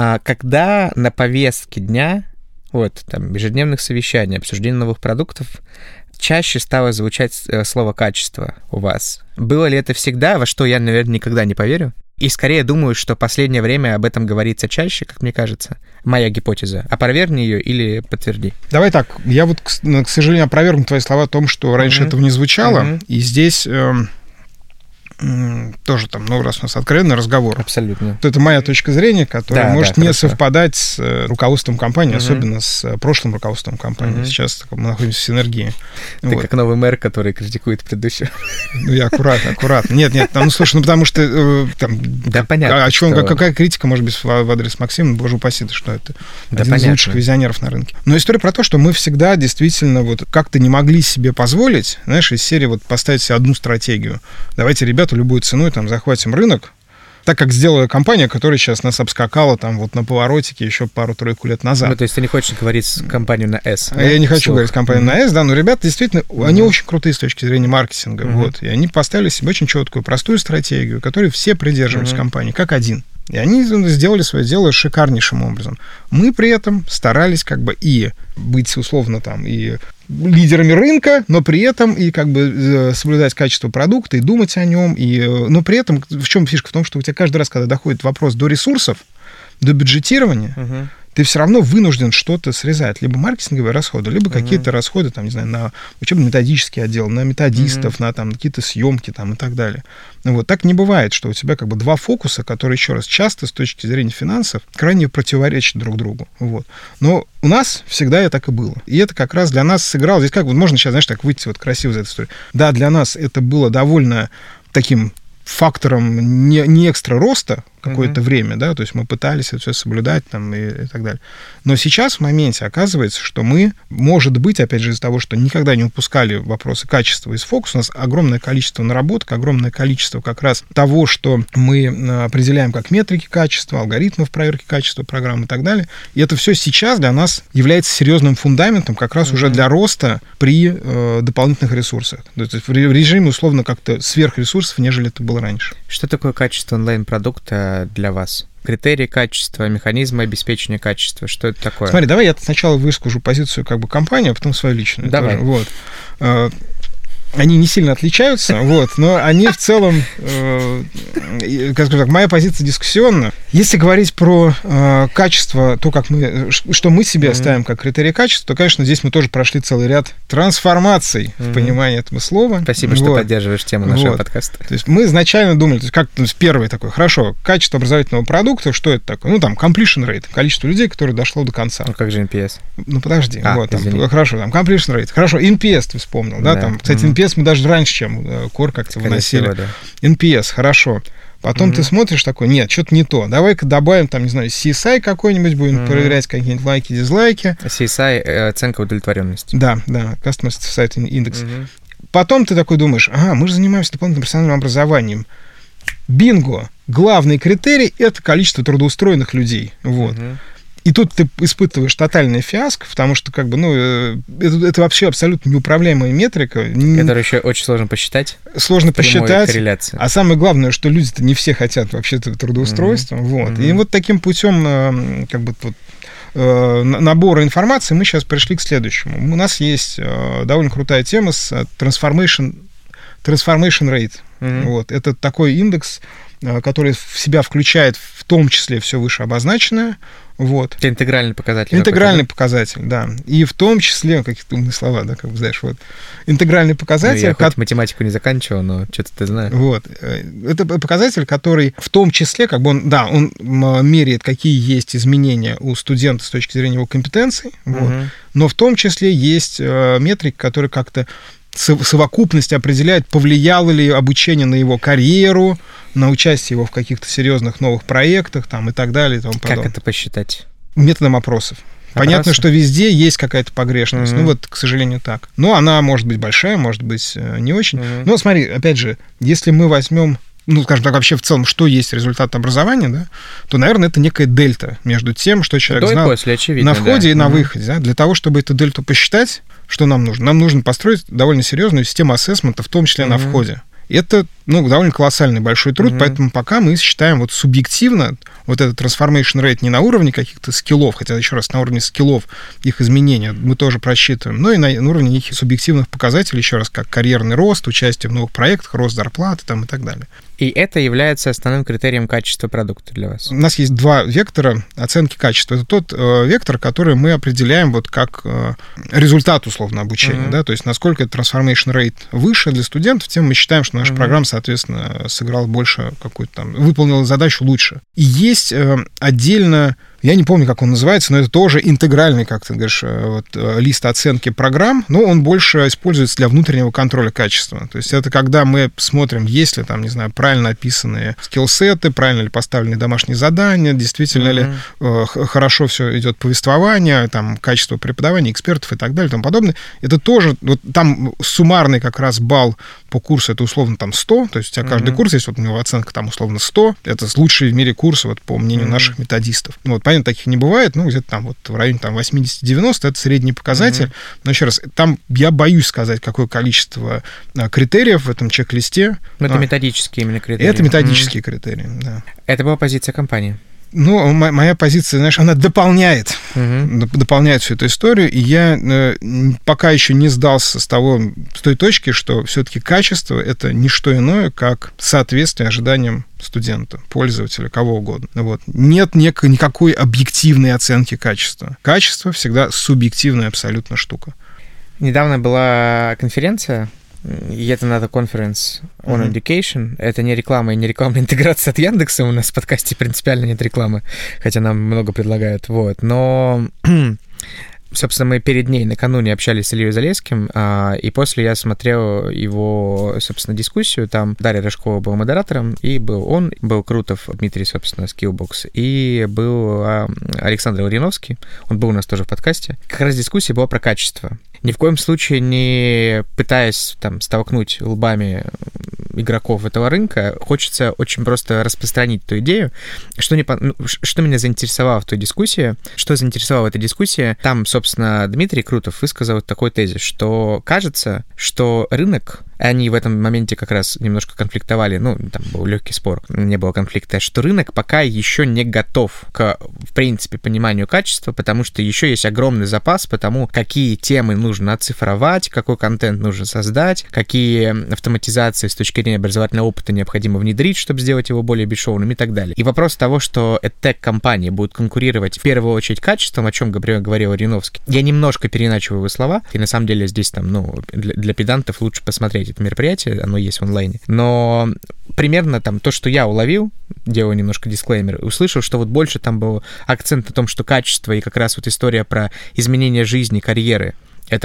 Speaker 1: когда на повестке дня, вот, там, ежедневных совещаний, обсуждения новых продуктов, чаще стало звучать слово «качество» у вас. Было ли это всегда, во что я, наверное, никогда не поверю? И скорее думаю, что в последнее время об этом говорится чаще, как мне кажется. Моя гипотеза. Опровергни ее или подтверди.
Speaker 2: Давай так. Я вот, к, к сожалению, опровергну твои слова о том, что раньше uh-huh. этого не звучало. Uh-huh. И здесь... Э, тоже там, ну, раз у нас откровенный разговор.
Speaker 1: Абсолютно.
Speaker 2: То это моя точка зрения, которая да, может
Speaker 1: да,
Speaker 2: не
Speaker 1: хорошо.
Speaker 2: совпадать с руководством компании, uh-huh. особенно с прошлым руководством компании. Uh-huh. Сейчас мы находимся в синергии.
Speaker 1: Ты вот. Как новый мэр, который критикует предыдущего.
Speaker 2: Ну, я аккуратно, аккуратно. Нет, нет, ну, слушай, ну, потому что там...
Speaker 1: Да, понятно.
Speaker 2: О чем, что... какая критика может быть в адрес Максима? Боже упаси, что это
Speaker 1: да,
Speaker 2: один
Speaker 1: понятно.
Speaker 2: из лучших визионеров на рынке. Но история про то, что мы всегда действительно вот как-то не могли себе позволить, знаешь, из серии вот поставить себе одну стратегию. Давайте, ребята, любой ценой там захватим рынок, так как сделала компания, которая сейчас нас обскакала там вот на поворотике еще пару-тройку лет назад.
Speaker 1: Ну, то есть ты не хочешь говорить с компанию на S?
Speaker 2: Да? Я не хочу Слух. говорить с компанией mm-hmm. на S, да, но ребята действительно, mm-hmm. они очень крутые с точки зрения маркетинга, mm-hmm. вот, и они поставили себе очень четкую, простую стратегию, которой все придерживались mm-hmm. компании, как один. И они сделали свое дело шикарнейшим образом. Мы при этом старались как бы и быть условно там и лидерами рынка, но при этом и как бы соблюдать качество продукта, и думать о нем, и, но при этом в чем фишка? В том, что у тебя каждый раз, когда доходит вопрос до ресурсов, до бюджетирования, uh-huh. ты все равно вынужден что-то срезать. Либо маркетинговые расходы, либо uh-huh. какие-то расходы, там, не знаю, на учебно-методический отдел, на методистов, uh-huh. на там, какие-то съемки там, и так далее. Вот. Так не бывает, что у тебя как бы два фокуса, которые, еще раз, часто с точки зрения финансов крайне противоречат друг другу. Вот. Но у нас всегда это так и было. И это как раз для нас сыграло. Здесь как вот можно сейчас, знаешь, так выйти вот красиво из этой истории. Да, для нас это было довольно таким фактором не, не экстра роста какое-то mm-hmm. время, да, то есть мы пытались это все соблюдать там и, и так далее. Но сейчас в моменте оказывается, что мы, может быть, опять же, из-за того, что никогда не упускали вопросы качества из фокуса, у нас огромное количество наработок, огромное количество как раз того, что мы определяем как метрики качества, алгоритмов проверки качества программ и так далее. И это все сейчас для нас является серьезным фундаментом как раз mm-hmm. уже для роста при э, дополнительных ресурсах. То есть в режиме условно как-то сверхресурсов, нежели это было раньше.
Speaker 1: Что такое качество онлайн-продукта для вас? Критерии качества, механизмы обеспечения качества. Что это такое?
Speaker 2: Смотри, давай я сначала выскажу позицию как бы компании, а потом свою личную.
Speaker 1: Давай.
Speaker 2: Тоже. Вот. Они не сильно отличаются, вот, но они в целом, э, как скажу так, моя позиция дискуссионна. Если говорить про э, качество, то, как мы, что мы себе mm-hmm. ставим как критерий качества, то, конечно, здесь мы тоже прошли целый ряд трансформаций mm-hmm. в понимании этого слова.
Speaker 1: Спасибо, вот. Что поддерживаешь тему нашего вот. подкаста.
Speaker 2: То есть мы изначально думали, то есть как то есть первый такой, хорошо, качество образовательного продукта, что это такое? Ну, там, completion rate, количество людей, которые дошло до конца.
Speaker 1: Ну, как же эн пи эс?
Speaker 2: Ну, подожди,
Speaker 1: а,
Speaker 2: вот, там, хорошо, там, completion rate, хорошо, эн пи эс ты вспомнил, да, да. там, кстати, mm-hmm. эн пи эс мы даже раньше, чем Core как-то выносили. Всего, да. эн пи эс, хорошо. Потом mm-hmm. ты смотришь такой, нет, что-то не то. Давай-ка добавим, там, не знаю, си эс ай какой-нибудь, будем mm-hmm. проверять какие-нибудь лайки, дизлайки.
Speaker 1: си эс ай — оценка удовлетворенности.
Speaker 2: Да, да, Customer Satisfaction Index. Mm-hmm. Потом ты такой думаешь, ага, мы же занимаемся дополнительным профессиональным образованием. Бинго! Главный критерий — это количество трудоустроенных людей. Вот. Mm-hmm. И тут ты испытываешь тотальный фиаско, потому что, как бы, ну, это, это вообще абсолютно неуправляемая метрика.
Speaker 1: Которую еще очень сложно посчитать.
Speaker 2: Сложно посчитать. Корреляция. А самое главное, что люди-то не все хотят вообще-то трудоустройства. Mm-hmm. Вот. Mm-hmm. И вот таким путем, как бы, вот, набора информации мы сейчас пришли к следующему. У нас есть довольно крутая тема с Transformation, transformation Rate. Mm-hmm. Вот. Это такой индекс, который в себя включает в том числе все вышеобозначенное. Вот.
Speaker 1: Это интегральный показатель.
Speaker 2: Интегральный показатель, да. И в том числе, какие-то умные слова, да, как бы, знаешь, вот. Интегральный показатель... Ну,
Speaker 1: я хоть математику не заканчивал, но что-то ты знаешь.
Speaker 2: Вот. Это показатель, который в том числе, как бы он, да, он меряет, какие есть изменения у студента с точки зрения его компетенций, угу. вот. Но в том числе есть метрики, которые как-то совокупность определяет, повлияло ли обучение на его карьеру, на участие его в каких-то серьезных новых проектах там, и так далее. И тому подобное.
Speaker 1: Как это посчитать?
Speaker 2: Методом опросов. Опросы? Понятно, что везде есть какая-то погрешность. Mm-hmm. Ну вот, к сожалению, так. Но она может быть большая, может быть не очень. Mm-hmm. Но смотри, опять же, если мы возьмем, ну, скажем так, вообще в целом, что есть результат образования, да, то, наверное, это некая дельта между тем, что человек
Speaker 1: До
Speaker 2: знал
Speaker 1: после, очевидно,
Speaker 2: на входе
Speaker 1: да.
Speaker 2: и на
Speaker 1: mm-hmm.
Speaker 2: выходе. Да. Для того, чтобы эту дельту посчитать, что нам нужно? Нам нужно построить довольно серьезную систему ассессмента, в том числе mm-hmm. на входе. Это, ну, довольно колоссальный большой труд, mm-hmm. поэтому пока мы считаем вот субъективно вот этот transformation rate не на уровне каких-то скиллов, хотя, еще раз, на уровне скиллов их изменения мы тоже просчитываем, но и на, на уровне их субъективных показателей, еще раз, как карьерный рост, участие в новых проектах, рост зарплаты там, и так далее.
Speaker 1: И это является основным критерием качества продукта для вас?
Speaker 2: У нас есть два вектора оценки качества. Это тот э, вектор, который мы определяем вот как э, результат, условно, обучения. Mm-hmm. Да? То есть насколько transformation rate выше для студентов, тем мы считаем, что наша mm-hmm. программа, соответственно, сыграла больше какую-то там, выполнила задачу лучше. И есть э, отдельно... Я не помню, как он называется, но это тоже интегральный, как ты говоришь, вот, лист оценки программ, но он больше используется для внутреннего контроля качества. То есть это когда мы смотрим, есть ли там, не знаю, правильно описанные скиллсеты, правильно ли поставлены домашние задания, действительно mm-hmm. ли э, хорошо все идет повествование, там, качество преподавания, экспертов и так далее и тому подобное. Это тоже, вот там суммарный как раз балл по курсу, это условно там сто, то есть у тебя mm-hmm. каждый курс есть, вот у него оценка там условно сто, это лучший в мире курс, вот по мнению mm-hmm. наших методистов. Вот, понятно, таких не бывает, ну, где-то там вот в районе там восемьдесят-девяносто, это средний показатель. Mm-hmm. Но еще раз, там я боюсь сказать, какое количество а, критериев в этом чек-листе.
Speaker 1: Это
Speaker 2: а,
Speaker 1: методические именно критерии.
Speaker 2: Это методические mm-hmm. критерии, да.
Speaker 1: Это была позиция компании.
Speaker 2: Ну, моя позиция, знаешь, она дополняет, uh-huh. дополняет всю эту историю, и я э, пока еще не сдался с того, с той точки, что все-таки качество — это не что иное, как соответствие ожиданиям студента, пользователя, кого угодно. Вот. Нет некой, никакой объективной оценки качества. Качество всегда субъективная абсолютно штука.
Speaker 1: Недавно была конференция, Yet Another Conference on mm-hmm. Education. Это не реклама и не рекламная интеграция от Яндекса. У нас в подкасте принципиально нет рекламы, хотя нам много предлагают. Вот. Но, собственно, мы перед ней накануне общались с Ильей Залесским, а, и после я смотрел его, собственно, дискуссию. Там Дарья Рожкова был модератором, и был он, был Крутов Дмитрий, собственно, Skillbox, и был а, Александр Лариновский. Он был у нас тоже в подкасте. Как раз дискуссия была про качество. Ни в коем случае не пытаясь там столкнуть лбами игроков этого рынка, хочется очень просто распространить ту идею. Что, не, ну, что меня заинтересовало в той дискуссии, что заинтересовало в этой дискуссии, там, собственно, Дмитрий Крутов высказал такой тезис, что кажется, что рынок, они в этом моменте как раз немножко конфликтовали, ну, там был легкий спор, не было конфликта, что рынок пока еще не готов к, в принципе, пониманию качества, потому что еще есть огромный запас по тому, какие темы нужно оцифровать, какой контент нужно создать, какие автоматизации с точки зрения образовательного опыта необходимо внедрить, чтобы сделать его более бесшовным и так далее. И вопрос того, что EdTech-компании будут конкурировать в первую очередь качеством, о чем говорил Лариновский, я немножко переначиваю его слова, и на самом деле здесь там, ну, для, для педантов лучше посмотреть это мероприятие, оно есть в онлайне. Но примерно там то, что я уловил, делаю немножко дисклеймер, услышал, что вот больше там был акцент на том, что качество и как раз вот история про изменение жизни, карьеры, это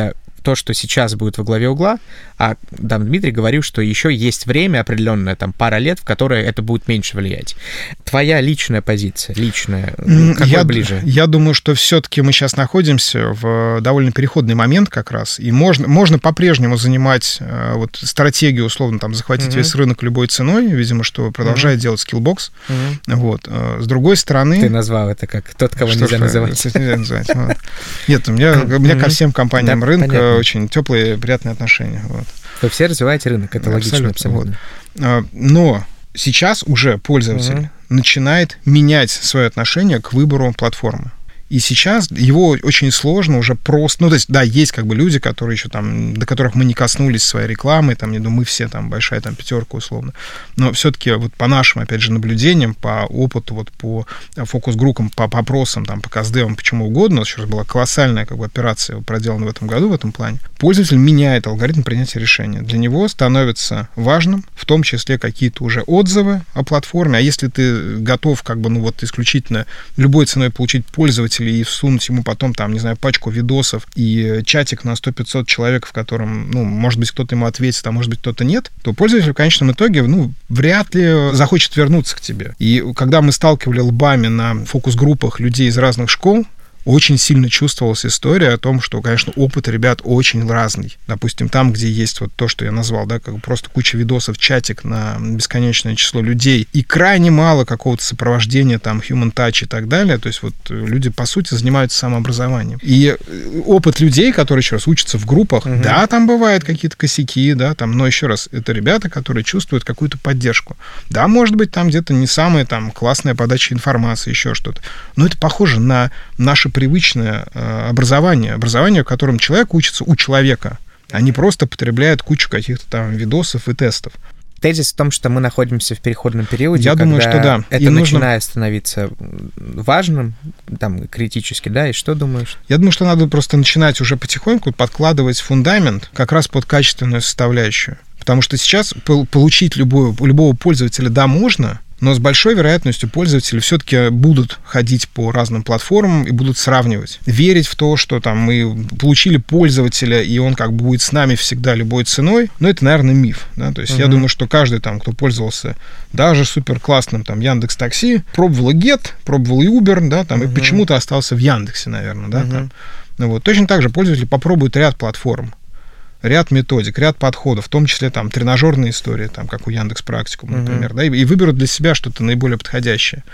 Speaker 1: то, что сейчас будет во главе угла, а там Дмитрий говорил, что еще есть время определенное, там, пара лет, в которое это будет меньше влиять. Твоя личная позиция, личная, какой
Speaker 2: я,
Speaker 1: ближе?
Speaker 2: Я думаю, что все-таки мы сейчас находимся в довольно переходный момент как раз, и можно, можно по-прежнему занимать вот, стратегию, условно, там, захватить mm-hmm. весь рынок любой ценой, видимо, что продолжает mm-hmm. делать Skillbox. Mm-hmm. Вот. С другой стороны...
Speaker 1: Ты назвал это как тот, кого нельзя называть.
Speaker 2: Нельзя называть. Вот. Нет, у меня, у меня ко всем компаниям да, рынка понятно. Очень теплые, приятные отношения. Вот.
Speaker 1: Вы все развиваете рынок, это логично абсолютно.
Speaker 2: Вот. Но сейчас уже пользователь mm-hmm. начинает менять свое отношение к выбору платформы. И сейчас его очень сложно уже просто... Ну, то есть, да, есть как бы люди, которые еще там, до которых мы не коснулись своей рекламой, там, я думаю, мы все там большая там пятерка условно. Но все-таки вот по нашим, опять же, наблюдениям, по опыту, вот по фокус-группам, по опросам, там, по каздевам, почему угодно, еще раз была колоссальная как бы операция проделана в этом году в этом плане. Пользователь меняет алгоритм принятия решения. Для него становится важным, в том числе какие-то уже отзывы о платформе. А если ты готов как бы, ну вот исключительно любой ценой получить пользователя и всунуть ему потом, там, не знаю, пачку видосов и чатик на сто-пятьсот человек, в котором, ну, может быть, кто-то ему ответит, а может быть, кто-то нет, то пользователь в конечном итоге, ну, вряд ли захочет вернуться к тебе. И когда мы сталкивали лбами на фокус-группах людей из разных школ, очень сильно чувствовалась история о том, что, конечно, опыт ребят очень разный. Допустим, там, где есть вот то, что я назвал, да, как просто куча видосов, чатик на бесконечное число людей, и крайне мало какого-то сопровождения, там, human touch и так далее, то есть вот люди, по сути, занимаются самообразованием. И опыт людей, которые, еще раз, учатся в группах, угу. да, там бывают какие-то косяки, да, там, но еще раз, это ребята, которые чувствуют какую-то поддержку. Да, может быть, там где-то не самая там классная подача информации, еще что-то, но это похоже на наши привычное образование, образование, в котором человек учится у человека, а не просто потребляет кучу каких-то там видосов и тестов.
Speaker 1: Тезис в том, что мы находимся в переходном периоде,
Speaker 2: я
Speaker 1: когда
Speaker 2: думаю, что да.
Speaker 1: это и начинает нужно... становиться важным, там, критически, да, и что думаешь?
Speaker 2: Я думаю, что надо просто начинать уже потихоньку подкладывать фундамент как раз под качественную составляющую. Потому что сейчас получить любого, любого пользователя, да, можно, но с большой вероятностью пользователи все-таки будут ходить по разным платформам и будут сравнивать. Верить в то, что там мы получили пользователя, и он как бы будет с нами всегда любой ценой, ну, это, наверное, миф. Да? То есть uh-huh. я думаю, что каждый, там, кто пользовался даже супер классным там Яндекс.Такси, пробовал и Гет, пробовал и Uber, да, там, uh-huh. и почему-то остался в Яндексе, наверное. Да, uh-huh. там. Ну, вот. Точно так же пользователи попробуют ряд платформ, ряд методик, ряд подходов, в том числе там тренажерные истории, там, как у Яндекс.Практикум, например, uh-huh. да, и, и выберут для себя что-то наиболее подходящее.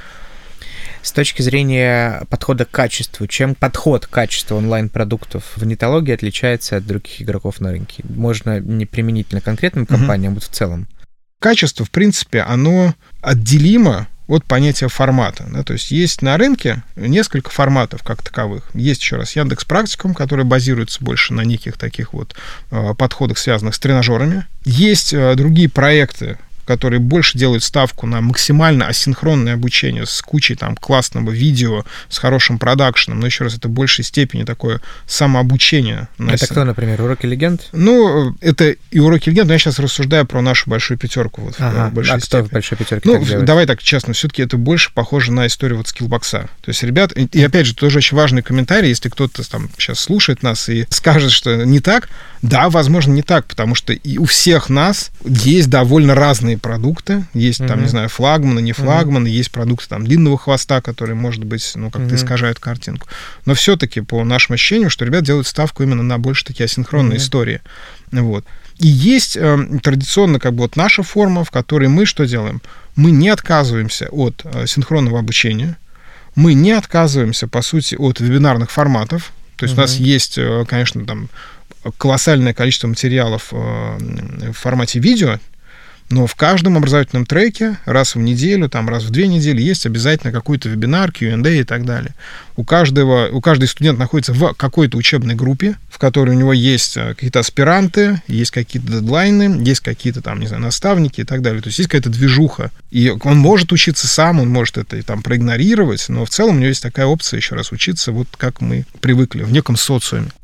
Speaker 1: С точки зрения подхода к качеству, чем подход к качеству онлайн-продуктов в нетологии отличается от других игроков на рынке? Можно не применительно конкретным компаниям, uh-huh. а вот в целом.
Speaker 2: Качество, в принципе, оно отделимо от понятия формата. Да, то есть есть на рынке несколько форматов как таковых. Есть, еще раз, Яндекс.Практикум, который базируется больше на неких таких вот э, подходах, связанных с тренажерами. Есть э, другие проекты, которые больше делают ставку на максимально асинхронное обучение с кучей там классного видео, с хорошим продакшеном, но еще раз, это в большей степени такое самообучение.
Speaker 1: Это кто, например, Уроки Легенд?
Speaker 2: Ну, это и Уроки Легенд, но я сейчас рассуждаю про нашу большую пятерку. Вот,
Speaker 1: ага.
Speaker 2: в большой
Speaker 1: а
Speaker 2: степени.
Speaker 1: Кто в большой пятерке
Speaker 2: Ну,
Speaker 1: так делает?
Speaker 2: Давай так честно, все-таки это больше похоже на историю вот Skillbox. То есть, ребят, и, и опять же, тоже очень важный комментарий, если кто-то там сейчас слушает нас и скажет, что не так, да, возможно, не так, потому что и у всех нас есть довольно разные продукты, есть, uh-huh. там, не знаю, флагманы, не флагманы, uh-huh. есть продукты там длинного хвоста, которые, может быть, ну, как-то uh-huh. искажают картинку. Но все-таки, по нашим ощущениям, что ребят делают ставку именно на больше такие асинхронные uh-huh. истории. Вот. И есть э, традиционно как бы вот наша форма, в которой мы что делаем? Мы не отказываемся от э, синхронного обучения, мы не отказываемся, по сути, от вебинарных форматов. То есть uh-huh. у нас есть, э, конечно, там колоссальное количество материалов в формате видео, но в каждом образовательном треке раз в неделю, там, раз в две недели есть обязательно какой-то вебинар, кью энд эй и так далее. У каждого, у каждый студент находится в какой-то учебной группе, в которой у него есть какие-то аспиранты, есть какие-то дедлайны, есть какие-то там, не знаю, наставники и так далее. То есть есть какая-то движуха. И он может учиться сам, он может это и там проигнорировать, но в целом у него есть такая опция еще раз учиться, вот как мы привыкли, в неком социуме.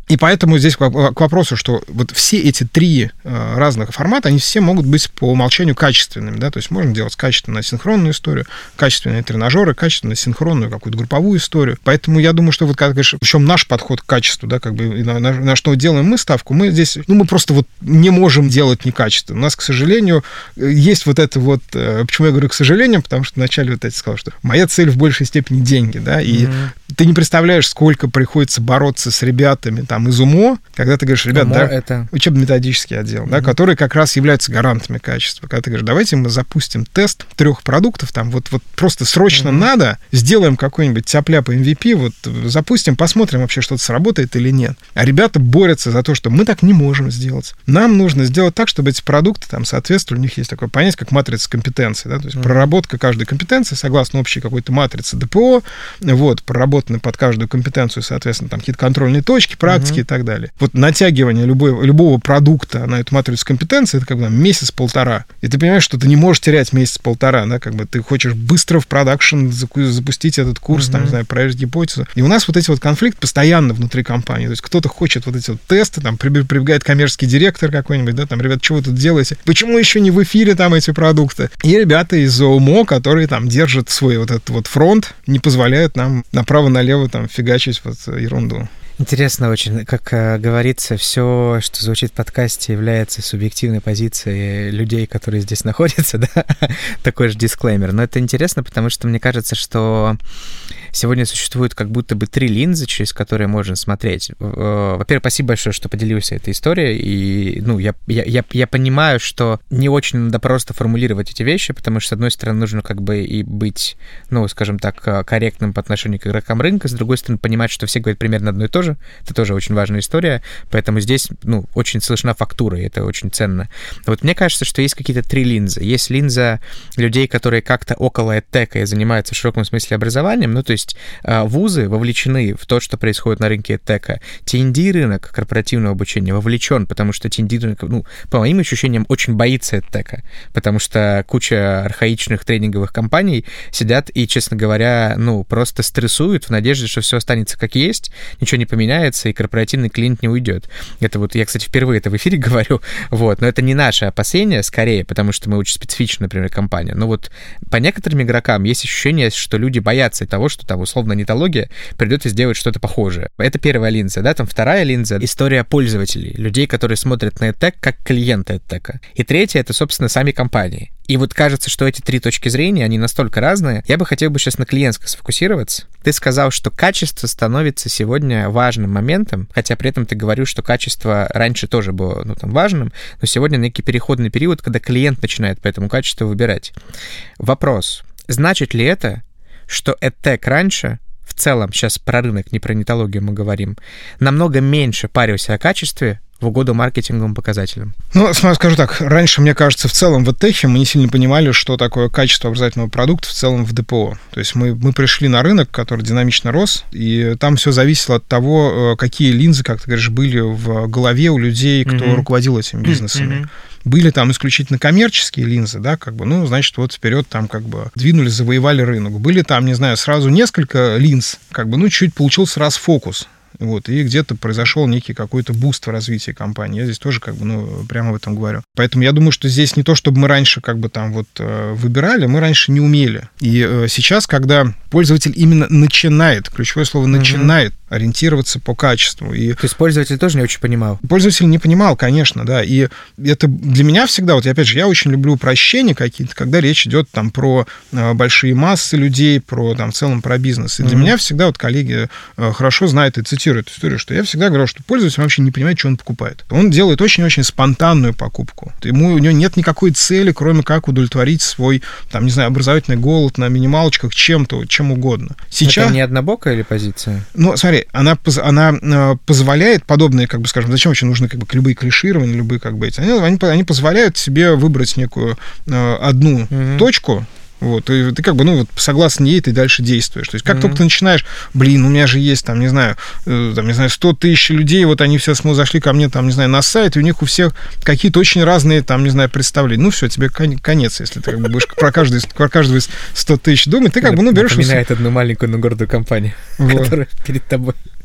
Speaker 2: И поэтому здесь к вопросу, что вот все эти три разных формата, они все могут быть по умолчанию качественными, да, то есть можно делать качественную синхронную историю, качественные тренажеры, качественную синхронную какую-то групповую историю. Поэтому я думаю, что вот, как говоришь, в чем наш подход к качеству, да, как бы на, на, на что делаем мы ставку, мы здесь, ну, мы просто вот не можем делать некачественно. У нас, к сожалению, есть вот это вот, почему я говорю к сожалению, потому что вначале вот я сказал, что моя цель в большей степени деньги, да, и mm-hmm. ты не представляешь, сколько приходится бороться с ребятами там из УМО, когда ты говоришь, ребят,
Speaker 1: УМО
Speaker 2: да,
Speaker 1: это...
Speaker 2: учебно-методический отдел, mm-hmm. да, которые как раз являются гарантами качества. Когда ты говоришь, давайте мы запустим тест трех продуктов, там вот, вот просто срочно mm-hmm. надо, сделаем какой-нибудь тяп-ляп эм ви пи, вот запустим, посмотрим вообще, что-то сработает или нет. А ребята борются за то, что мы так не можем сделать. Нам нужно сделать так, чтобы эти продукты там соответствовали, у них есть такое понятие, как матрица компетенций, да, то есть mm-hmm. проработка каждой компетенции согласно общей какой-то матрице дэ пэ о, вот, проработаны под каждую компетенцию, соответственно, там какие-то контрольные точки, практики mm-hmm. и так далее. Вот натягивание любой, любого продукта на эту матрицу компетенций, это как бы там, месяц-полтора. И ты понимаешь, что ты не можешь терять месяц-полтора, да, как бы ты хочешь быстро в продакшн запустить этот курс, mm-hmm. там, не знаю, проверить гипотезу. И у нас вот эти вот конфликты постоянно внутри компании. То есть кто-то хочет вот эти вот тесты, там, прибегает коммерческий директор какой-нибудь, да, там, ребят, что вы тут делаете? Почему еще не в эфире там эти продукты? И ребята из ОМО, которые там держат свой вот этот вот фронт, не позволяют нам направо-налево там фигачить вот ерунду.
Speaker 1: Интересно очень, как э, говорится, все, что звучит в подкасте, является субъективной позицией людей, которые здесь находятся, да, такой же дисклеймер. Но это интересно, потому что мне кажется, что сегодня существует как будто бы три линзы, через которые можно смотреть. Во-первых, спасибо большое, что поделился этой историей, и, ну, я, я, я, я понимаю, что не очень надо просто формулировать эти вещи, потому что, с одной стороны, нужно как бы и быть, ну, скажем так, корректным по отношению к игрокам рынка, с другой стороны, понимать, что все говорят примерно одно и то же. Это тоже очень важная история, поэтому здесь, ну, очень слышна фактура, и это очень ценно. Вот мне кажется, что есть какие-то три линзы. Есть линза людей, которые как-то около эдтека и занимаются в широком смысле образованием, ну, то есть вузы вовлечены в то, что происходит на рынке эдтека. ти эн ди рынок корпоративного обучения вовлечен, потому что ти эн ди рынок, ну, по моим ощущениям, очень боится эдтека, потому что куча архаичных тренинговых компаний сидят и, честно говоря, ну, просто стрессуют в надежде, что все останется как есть, ничего не поменяется, и корпоративный клиент не уйдет. Это вот, я, кстати, впервые это в эфире говорю, вот, но это не наше опасение, скорее, потому что мы очень специфична, например, компания. Но вот по некоторым игрокам есть ощущение, что люди боятся того, что там, условно, нетология придет и сделает что-то похожее. Это первая линза, да, там вторая линза — история пользователей, людей, которые смотрят на эдтек как клиенты эдтека. И третья — это, собственно, сами компании. И вот кажется, что эти три точки зрения, они настолько разные. Я бы хотел бы сейчас на клиентской сфокусироваться. Ты сказал, что качество становится сегодня важным моментом, хотя при этом ты говорил, что качество раньше тоже было, ну, там, важным, но сегодня некий переходный период, когда клиент начинает по этому качеству выбирать. Вопрос. Значит ли это, что эдтек раньше, в целом, сейчас про рынок, не про нетологию мы говорим, намного меньше парился о качестве в угоду маркетинговым показателям?
Speaker 2: Ну, скажу так, раньше, мне кажется, в целом в эдтехе мы не сильно понимали, что такое качество образовательного продукта в целом в дэ пэ о. То есть мы, мы пришли на рынок, который динамично рос, и там все зависело от того, какие линзы, как ты говоришь, были в голове у людей, кто mm-hmm. руководил этими бизнесами. Mm-hmm. Были там исключительно коммерческие линзы, да, как бы, ну, значит, вот вперед там как бы двинулись, завоевали рынок. Были там, не знаю, сразу несколько линз, как бы, ну, чуть получился расфокус. Вот, и где-то произошел некий какой-то буст в развитии компании. Я здесь тоже как бы, ну, прямо в этом говорю. Поэтому я думаю, что здесь не то, чтобы мы раньше как бы там вот выбирали, мы раньше не умели. И сейчас, когда пользователь именно начинает, ключевое слово «начинает», угу. ориентироваться по качеству. И
Speaker 1: то есть пользователь тоже не очень понимал?
Speaker 2: Пользователь не понимал, конечно, да. И это для меня всегда, вот опять же, я очень люблю упрощения какие-то, когда речь идет там про большие массы людей, про там в целом про бизнес. И для mm-hmm. меня всегда вот коллеги хорошо знают и цитируют историю, что я всегда говорю, что пользователь вообще не понимает, что он покупает. Он делает очень-очень спонтанную покупку. Ему, у него нет никакой цели, кроме как удовлетворить свой, там, не знаю, образовательный голод на минималочках чем-то, чем угодно. Сейчас...
Speaker 1: Это не однобокая или позиция?
Speaker 2: Ну, смотри, она, она позволяет подобные, как бы, скажем, зачем вообще нужны как бы любые клиширования, любые как бы эти, они, они, они позволяют себе выбрать некую одну mm-hmm. точку, вот, и ты как бы, ну, вот, согласно ей ты дальше действуешь. То есть как mm-hmm. только ты начинаешь, блин, у меня же есть, там, не знаю, там, не знаю, сто тысяч людей, вот они все зашли ко мне, там, не знаю, на сайт, и у них у всех какие-то очень разные, там, не знаю, представления. Ну, все, тебе конец, если ты как бы будешь про каждый, про каждого из сто тысяч думать, ты как бы, ну, берешь...
Speaker 1: Напоминает одну маленькую, но гордую компанию, вот. Которая перед тобой.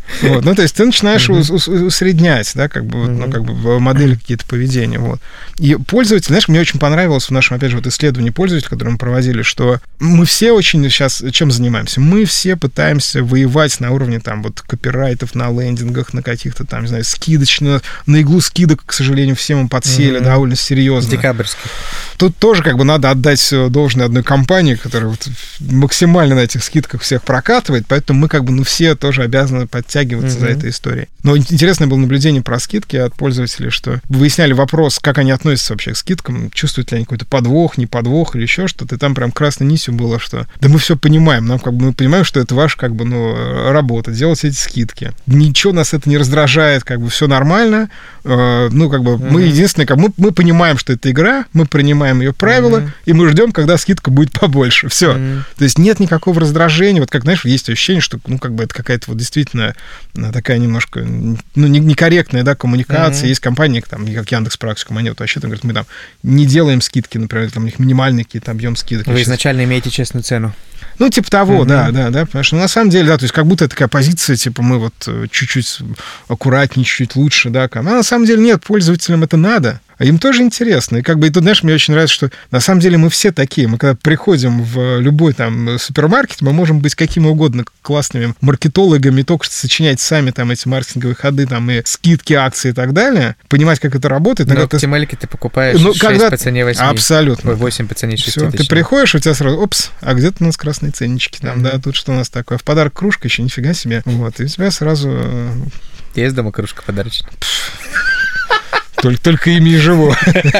Speaker 2: Вот. Ну, то есть ты начинаешь uh-huh. усреднять, да, как бы, uh-huh. ну, как бы модели какие-то поведения. Вот. И пользователь, знаешь, мне очень понравилось в нашем, опять же, вот исследовании пользователей, которое мы проводили, что мы все очень сейчас чем занимаемся? Мы все пытаемся воевать на уровне там вот копирайтов, на лендингах, на каких-то там, не знаю, скидочных, на иглу скидок, к сожалению, все мы подсели uh-huh. довольно серьезно.
Speaker 1: Декабрьских.
Speaker 2: Тут тоже как бы надо отдать должное одной компании, которая вот максимально на этих скидках всех прокатывает, поэтому мы как бы, ну, все тоже обязаны подтягиваться uh-huh. за этой историей. Но интересное было наблюдение про скидки от пользователей, что выясняли вопрос, как они относятся вообще к скидкам, чувствуют ли они какой-то подвох, не подвох или еще что-то, и там прям красной нитью было, что да мы все понимаем, нам как бы мы понимаем, что это ваша как бы, ну, работа, делать эти скидки. Ничего нас это не раздражает, как бы все нормально, э, ну, как бы uh-huh. мы единственное, как мы, мы понимаем, что это игра, мы принимаем ее правила, uh-huh. и мы ждем, когда скидка будет побольше. Все. Uh-huh. То есть нет никакого раздражения. Вот как, знаешь, есть ощущение, что, ну, как бы это какая-то вот действительно такая немножко, ну, некорректная, да, коммуникация. Uh-huh. Есть компании, там, как Яндекс.Практикум, они вот вообще там говорят, мы там не делаем скидки, например, там у них минимальный какие-то объем скидок.
Speaker 1: Вы изначально имеете честную цену.
Speaker 2: Ну, типа того, uh-huh. да, да, да, потому что ну, на самом деле, да, то есть как будто такая позиция, типа мы вот чуть-чуть аккуратнее, чуть-чуть лучше, да, а на самом деле нет, пользователям это надо. А им тоже интересно. И как бы, и тут, знаешь, мне очень нравится, что на самом деле мы все такие. Мы когда приходим в любой там супермаркет, мы можем быть какими угодно классными маркетологами, только что сочинять сами там эти маркетинговые ходы, там и скидки, акции и так далее, понимать, как это работает.
Speaker 1: Но оптимальки ты... ты покупаешь ну, шесть когда... по цене восемь.
Speaker 2: Абсолютно.
Speaker 1: восемь по цене шесть.
Speaker 2: Ты приходишь, у тебя сразу, опс, а где-то у нас красные ценнички там, mm-hmm. да, тут что у нас такое? В подарок кружка, еще нифига себе. Вот, и у тебя сразу...
Speaker 1: Есть дома кружка подарочная?
Speaker 2: Только, только ими и живу.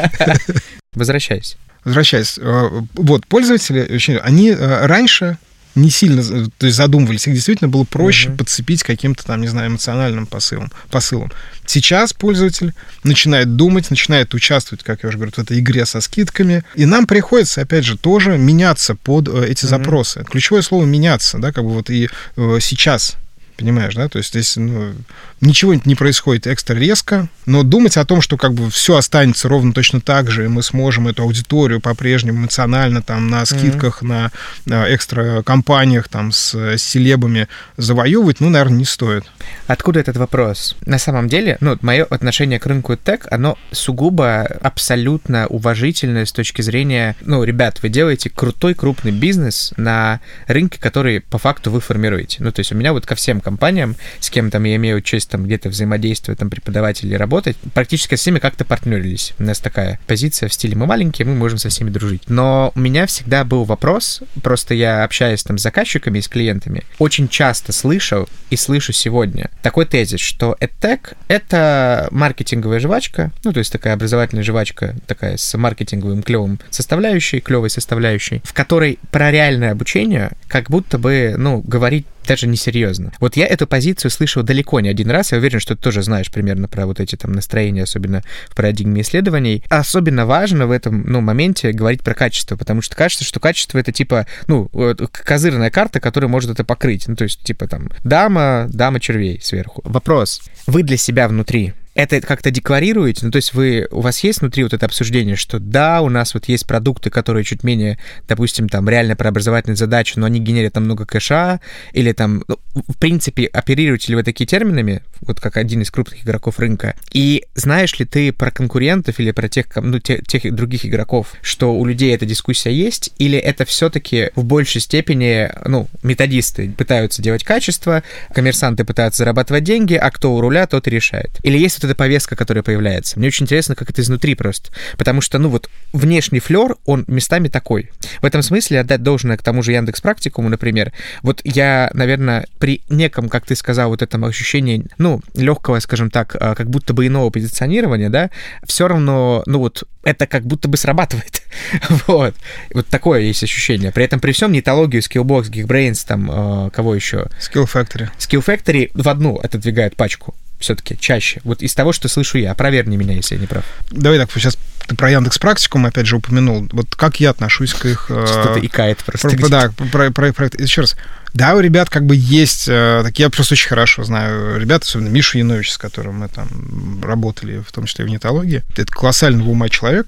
Speaker 1: Возвращаясь.
Speaker 2: Возвращаясь. Вот, пользователи, они раньше не сильно, то есть задумывались, их действительно было проще uh-huh. подцепить каким-то там, не знаю, эмоциональным посылом, посылом. Сейчас пользователь начинает думать, начинает участвовать, как я уже говорю, в этой игре со скидками, и нам приходится, опять же, тоже меняться под эти uh-huh. запросы. Ключевое слово «меняться», да, как бы вот и сейчас. Понимаешь, да? То есть здесь ну, ничего не происходит экстра резко, но думать о том, что как бы все останется ровно точно так же, и мы сможем эту аудиторию по-прежнему эмоционально там на скидках, mm-hmm. на, на экстра компаниях там с, с селебами завоевывать, ну, наверное, не стоит.
Speaker 1: Откуда этот вопрос? На самом деле, ну, мое отношение к рынку тег, оно сугубо абсолютно уважительное с точки зрения, ну, ребят, вы делаете крутой крупный бизнес на рынке, который по факту вы формируете. Ну, то есть у меня вот ко всем компаниям, с кем там я имею честь там где-то взаимодействовать, там преподавателей работать, практически с всеми как-то партнерились. У нас такая позиция в стиле мы маленькие, мы можем со всеми дружить. Но у меня всегда был вопрос, просто я общаюсь там с заказчиками и с клиентами, очень часто слышал и слышу сегодня такой тезис, что EdTech — это маркетинговая жвачка, ну, то есть такая образовательная жвачка, такая с маркетинговым клевым составляющей, клевой составляющей, в которой про реальное обучение как будто бы, ну, говорить даже несерьезно. Вот я эту позицию слышал далеко не один раз. Я уверен, что ты тоже знаешь примерно про вот эти там настроения, особенно в парадигме исследований. Особенно важно в этом, ну, моменте говорить про качество, потому что кажется, что качество — это типа, ну, козырная карта, которая может это покрыть. Ну, то есть, типа там дама, дама червей сверху. Вопрос. Вы для себя внутри это как-то декларируете? Ну, то есть вы, у вас есть внутри вот это обсуждение, что да, у нас вот есть продукты, которые чуть менее, допустим, там, реально про образовательную задачу, но они генерят там много кэша, или там, ну, в принципе, оперируете ли вы такими терминами, вот как один из крупных игроков рынка? И знаешь ли ты про конкурентов или про тех, ну, тех, тех других игроков, что у людей эта дискуссия есть, или это все-таки в большей степени, ну, методисты пытаются делать качество, коммерсанты пытаются зарабатывать деньги, а кто у руля, тот и решает? Или есть вот эта повестка, которая появляется? Мне очень интересно, как это изнутри просто. Потому что, ну вот, внешний флёр, он местами такой. В этом смысле отдать должное к тому же Яндекс.Практикуму, например. Вот я, наверное, при неком, как ты сказал, вот этом ощущении, ну, легкого, скажем так, как будто бы иного позиционирования, да, все равно, ну вот, это как будто бы срабатывает. Вот. Вот такое есть ощущение. При этом при всем нетологию, Skillbox, Geekbrains, там, э, кого еще?
Speaker 2: Skill Factory.
Speaker 1: Skill Factory в одну отодвигают пачку. Все-таки чаще. Вот из того, что слышу я. Опровергни меня, если я не прав.
Speaker 2: Давай так, сейчас ты про Яндекс.Практикум опять же упомянул. Вот как я отношусь к их...
Speaker 1: Что-то икает просто.
Speaker 2: Про, да, про, про, про, еще раз. Да, у ребят как бы есть... Такие, я просто очень хорошо знаю ребят, особенно Мишу Яновича, с которым мы там работали, в том числе в нетологии. Это колоссального ума человек.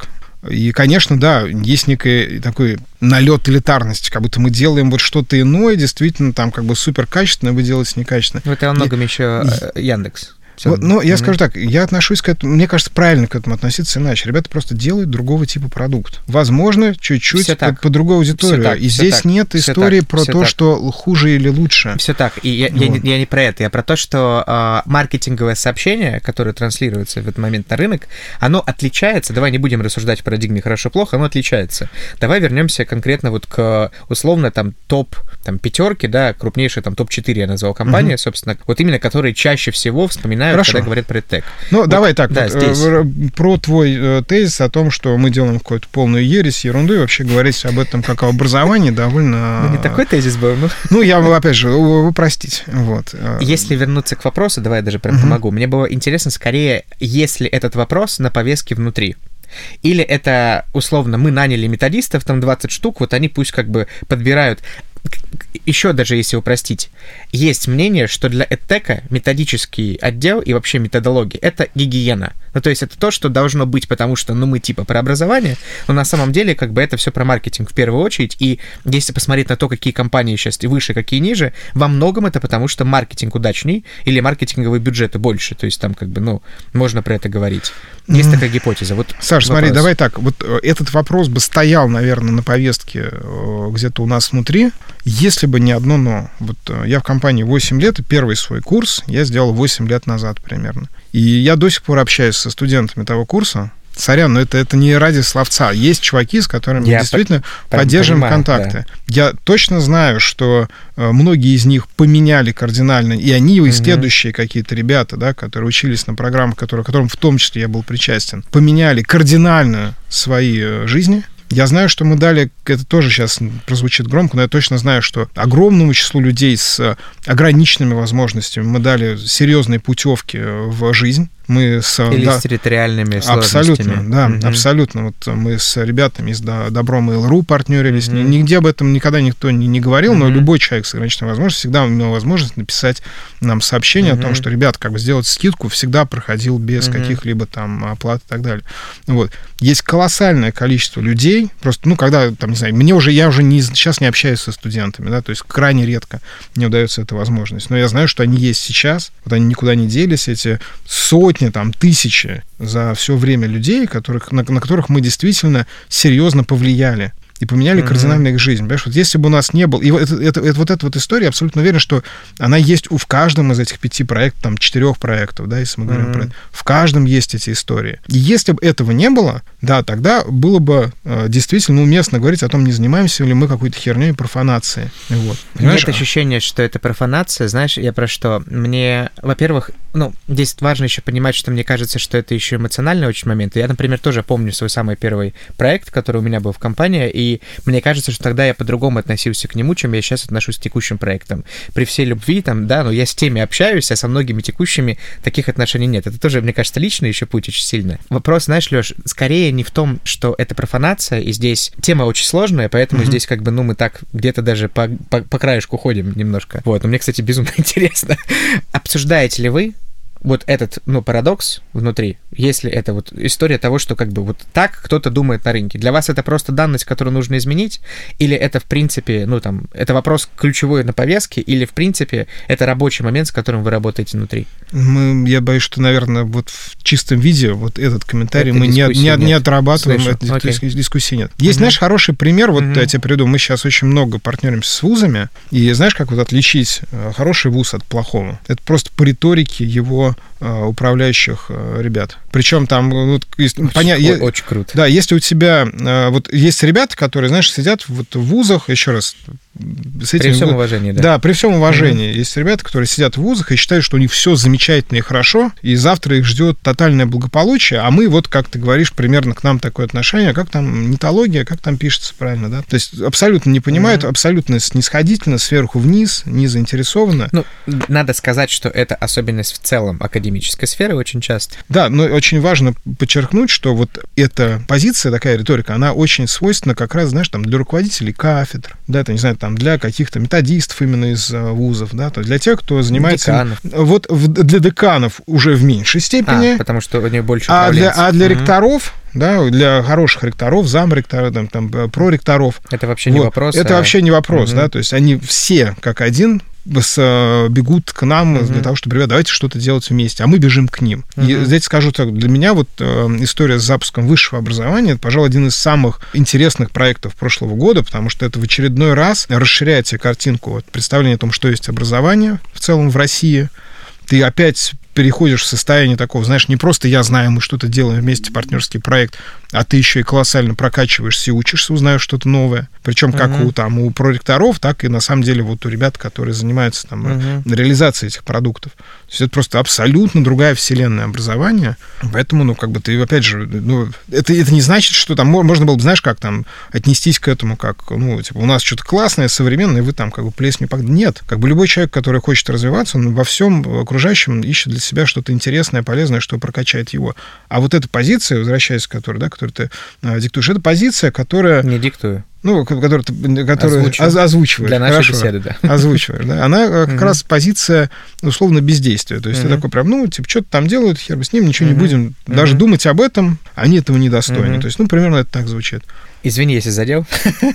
Speaker 2: И, конечно, да, есть некий такой налет элитарности, как будто мы делаем вот что-то иное, действительно, там как бы супер качественно, вы делаете некачественно.
Speaker 1: Ну, это во многом и... еще Яндекс.
Speaker 2: Вот, но я mm-hmm. скажу так, я отношусь к этому, мне кажется, правильно к этому относиться иначе. Ребята просто делают другого типа продукт. Возможно, чуть-чуть под, под другую аудиторию. Так, и здесь так, нет истории так, про то, так. что хуже или лучше.
Speaker 1: Все так. И я, вот. я, я не про это, я про то, что э, маркетинговое сообщение, которое транслируется в этот момент на рынок, оно отличается. Давай не будем рассуждать в парадигме хорошо-плохо, оно отличается. Давай вернемся конкретно вот к условно там топ там, пятерки, да, крупнейшая там топ четыре я назвал компания, mm-hmm. собственно, вот именно которые чаще всего вспоминают, Хорошо. когда говорят про EdTech.
Speaker 2: Ну,
Speaker 1: вот,
Speaker 2: давай так,
Speaker 1: да,
Speaker 2: вот, про твой э, тезис о том, что мы делаем какую-то полную ересь, ерунду, и вообще говорить об этом как о образовании довольно...
Speaker 1: Ну, не такой тезис был, ну...
Speaker 2: Ну, я, опять же, вы простите, вот.
Speaker 1: Если вернуться к вопросу, давай я даже прям uh-huh. помогу. Мне было интересно скорее, если этот вопрос на повестке внутри. Или это, условно, мы наняли методистов, там двадцать штук, вот они пусть как бы подбирают... Еще даже если упростить, есть мнение, что для EdTech методический отдел и вообще методология — это гигиена. Ну, то есть это то, что должно быть, потому что, ну, мы типа про образование, но на самом деле как бы это все про маркетинг в первую очередь, и если посмотреть на то, какие компании сейчас и выше, какие ниже, во многом это потому, что маркетинг удачней или маркетинговые бюджеты больше, то есть там как бы, ну, можно про это говорить. Есть mm. такая гипотеза. Вот
Speaker 2: Саш, смотри, давай так, вот этот вопрос бы стоял, наверное, на повестке где-то у нас внутри, если бы не одно «но». Вот я в компании восемь лет, и первый свой курс я сделал восемь лет назад примерно. И я до сих пор общаюсь со студентами того курса. Сорян, но это, это не ради словца. Есть чуваки, с которыми я мы действительно по- поддерживаем понимаю, контакты. Да. Я точно знаю, что многие из них поменяли кардинально, и они, и угу. следующие какие-то ребята, да, которые учились на программах, которые, к которым в том числе я был причастен, поменяли кардинально свои жизни. Я знаю, что мы дали, это тоже сейчас прозвучит громко, но я точно знаю, что огромному числу людей с ограниченными возможностями мы дали серьезные путевки в жизнь. Мы с,
Speaker 1: Или
Speaker 2: да,
Speaker 1: с территориальными
Speaker 2: сложностями. Абсолютно, да,
Speaker 1: угу. абсолютно.
Speaker 2: Вот мы с ребятами из Добром и эл эр у партнерились. Угу. Нигде об этом никогда никто не, не говорил, угу. но любой человек с ограниченной возможностью всегда имел возможность написать нам сообщение угу. о том, что, ребят, как бы сделать скидку всегда проходил без угу. каких-либо там оплат и так далее. Вот. Есть колоссальное количество людей, просто, ну, когда, там, не знаю, мне уже, я уже не, сейчас не общаюсь со студентами, да, то есть крайне редко мне удается эта возможность. Но я знаю, что они есть сейчас, вот они никуда не делись, эти сотни, там, тысячи за все время людей, которых, на, на которых мы действительно серьезно повлияли и поменяли mm-hmm. кардинально их жизнь. Понимаешь, вот если бы у нас не было... И вот, это, это, это, вот эта вот история, абсолютно уверен, что она есть у, в каждом из этих пяти проектов, там, четырех проектов, да, если мы говорим mm-hmm. про это. В каждом есть эти истории. И если бы этого не было, да, тогда было бы э, действительно уместно говорить о том, не занимаемся ли мы какой-то херней и профанацией. Вот.
Speaker 1: Нет ощущения, что это профанация. Знаешь, я про что? Мне, во-первых, ну, здесь важно еще понимать, что мне кажется, что это еще эмоциональный очень момент. Я, например, тоже помню свой самый первый проект, который у меня был в компании, и мне кажется, что тогда я по-другому относился к нему, чем я сейчас отношусь к текущим проектам. При всей любви, там, да, но я с теми общаюсь, а со многими текущими таких отношений нет. Это тоже, мне кажется, лично еще путь очень сильно. Вопрос, знаешь, Лёш, скорее не в том, что это профанация, и здесь тема очень сложная, поэтому mm-hmm. здесь как бы, ну, мы так где-то даже по, по, по краешку ходим немножко. Вот, но мне, кстати, безумно интересно. Обсуждаете ли вы вот этот, ну, парадокс внутри, если это вот история того, что как бы вот так кто-то думает на рынке. Для вас это просто данность, которую нужно изменить, или это, в принципе, ну, там, это вопрос ключевой на повестке, или, в принципе, это рабочий момент, с которым вы работаете внутри?
Speaker 2: Мы, я боюсь, что, наверное, вот в чистом виде вот этот комментарий это мы не, не, не отрабатываем, это okay. дискуссии нет. Есть, uh-huh. знаешь, хороший пример, вот uh-huh. я тебе приведу, мы сейчас очень много партнеримся с вузами, и знаешь, как вот отличить хороший вуз от плохого? Это просто по риторике его управляющих ребят. Причем там... Вот,
Speaker 1: очень, поня... о, очень круто.
Speaker 2: Да, если у тебя... Вот есть ребята, которые, знаешь, сидят вот в вузах, еще раз...
Speaker 1: С этим, при всем уважении, да.
Speaker 2: Да, при всем уважении. Mm-hmm. Есть ребята, которые сидят в вузах и считают, что у них все замечательно и хорошо, и завтра их ждет тотальное благополучие, а мы, вот, как ты говоришь, примерно к нам такое отношение, как там нетология, как там пишется правильно, да? То есть абсолютно не понимают, mm-hmm. абсолютно снисходительно, сверху вниз, не заинтересованы.
Speaker 1: Ну, надо сказать, что это особенность в целом академической сферы очень часто.
Speaker 2: Да, но очень важно подчеркнуть, что вот эта позиция, такая риторика, она очень свойственна как раз, знаешь, там, для руководителей кафедр, да, это, не знаю, там, для каких-то методистов именно из вузов, да, то есть для тех, кто занимается...
Speaker 1: Деканов.
Speaker 2: Вот в, для деканов уже в меньшей степени.
Speaker 1: А, потому что у них больше
Speaker 2: а для, а для mm-hmm. ректоров, да, для хороших ректоров, замректоров, там, там, проректоров.
Speaker 1: Это вообще не
Speaker 2: вот.
Speaker 1: вопрос.
Speaker 2: Это
Speaker 1: а...
Speaker 2: вообще не вопрос, угу. да, то есть они все как один с, бегут к нам uh-huh. для того, чтобы, ребят, давайте что-то делать вместе, а мы бежим к ним. Uh-huh. И здесь скажу так, для меня вот э, история с запуском высшего образования, это, пожалуй, один из самых интересных проектов прошлого года, потому что это в очередной раз расширяет себе картинку, вот, представление о том, что есть образование в целом в России. Ты опять переходишь в состояние такого, знаешь, не просто я знаю, мы что-то делаем вместе, партнерский проект, а ты еще и колоссально прокачиваешься и учишься, узнаешь что-то новое. Причем как uh-huh. у, там, у проректоров, так и на самом деле вот у ребят, которые занимаются там, uh-huh. реализацией этих продуктов. То есть это просто абсолютно другая вселенная образования. Поэтому, ну, как бы ты, опять же, ну, это, это не значит, что там можно было бы, знаешь, как там отнестись к этому, как, ну, типа, у нас что-то классное, современное, и вы там как бы плесни погнали. Нет. Как бы любой человек, который хочет развиваться, он во всем окружающем ищет для себя что-то интересное, полезное, что прокачает его. А вот эта позиция, возвращаясь к которой, да, которую ты э, диктуешь, это позиция, которая...
Speaker 1: Не диктую.
Speaker 2: Ну, которую ты оз, озвучиваешь.
Speaker 1: Для нашей
Speaker 2: хорошо,
Speaker 1: беседы, да.
Speaker 2: Озвучиваешь, да. Она как uh-huh. раз позиция, условно, бездействия. То есть uh-huh. ты такой прям, ну, типа, что-то там делают, хер бы с ним, ничего uh-huh. не будем uh-huh. даже думать об этом, они этого недостойны. Uh-huh. То есть, ну, примерно это так звучит.
Speaker 1: Извини, если задел.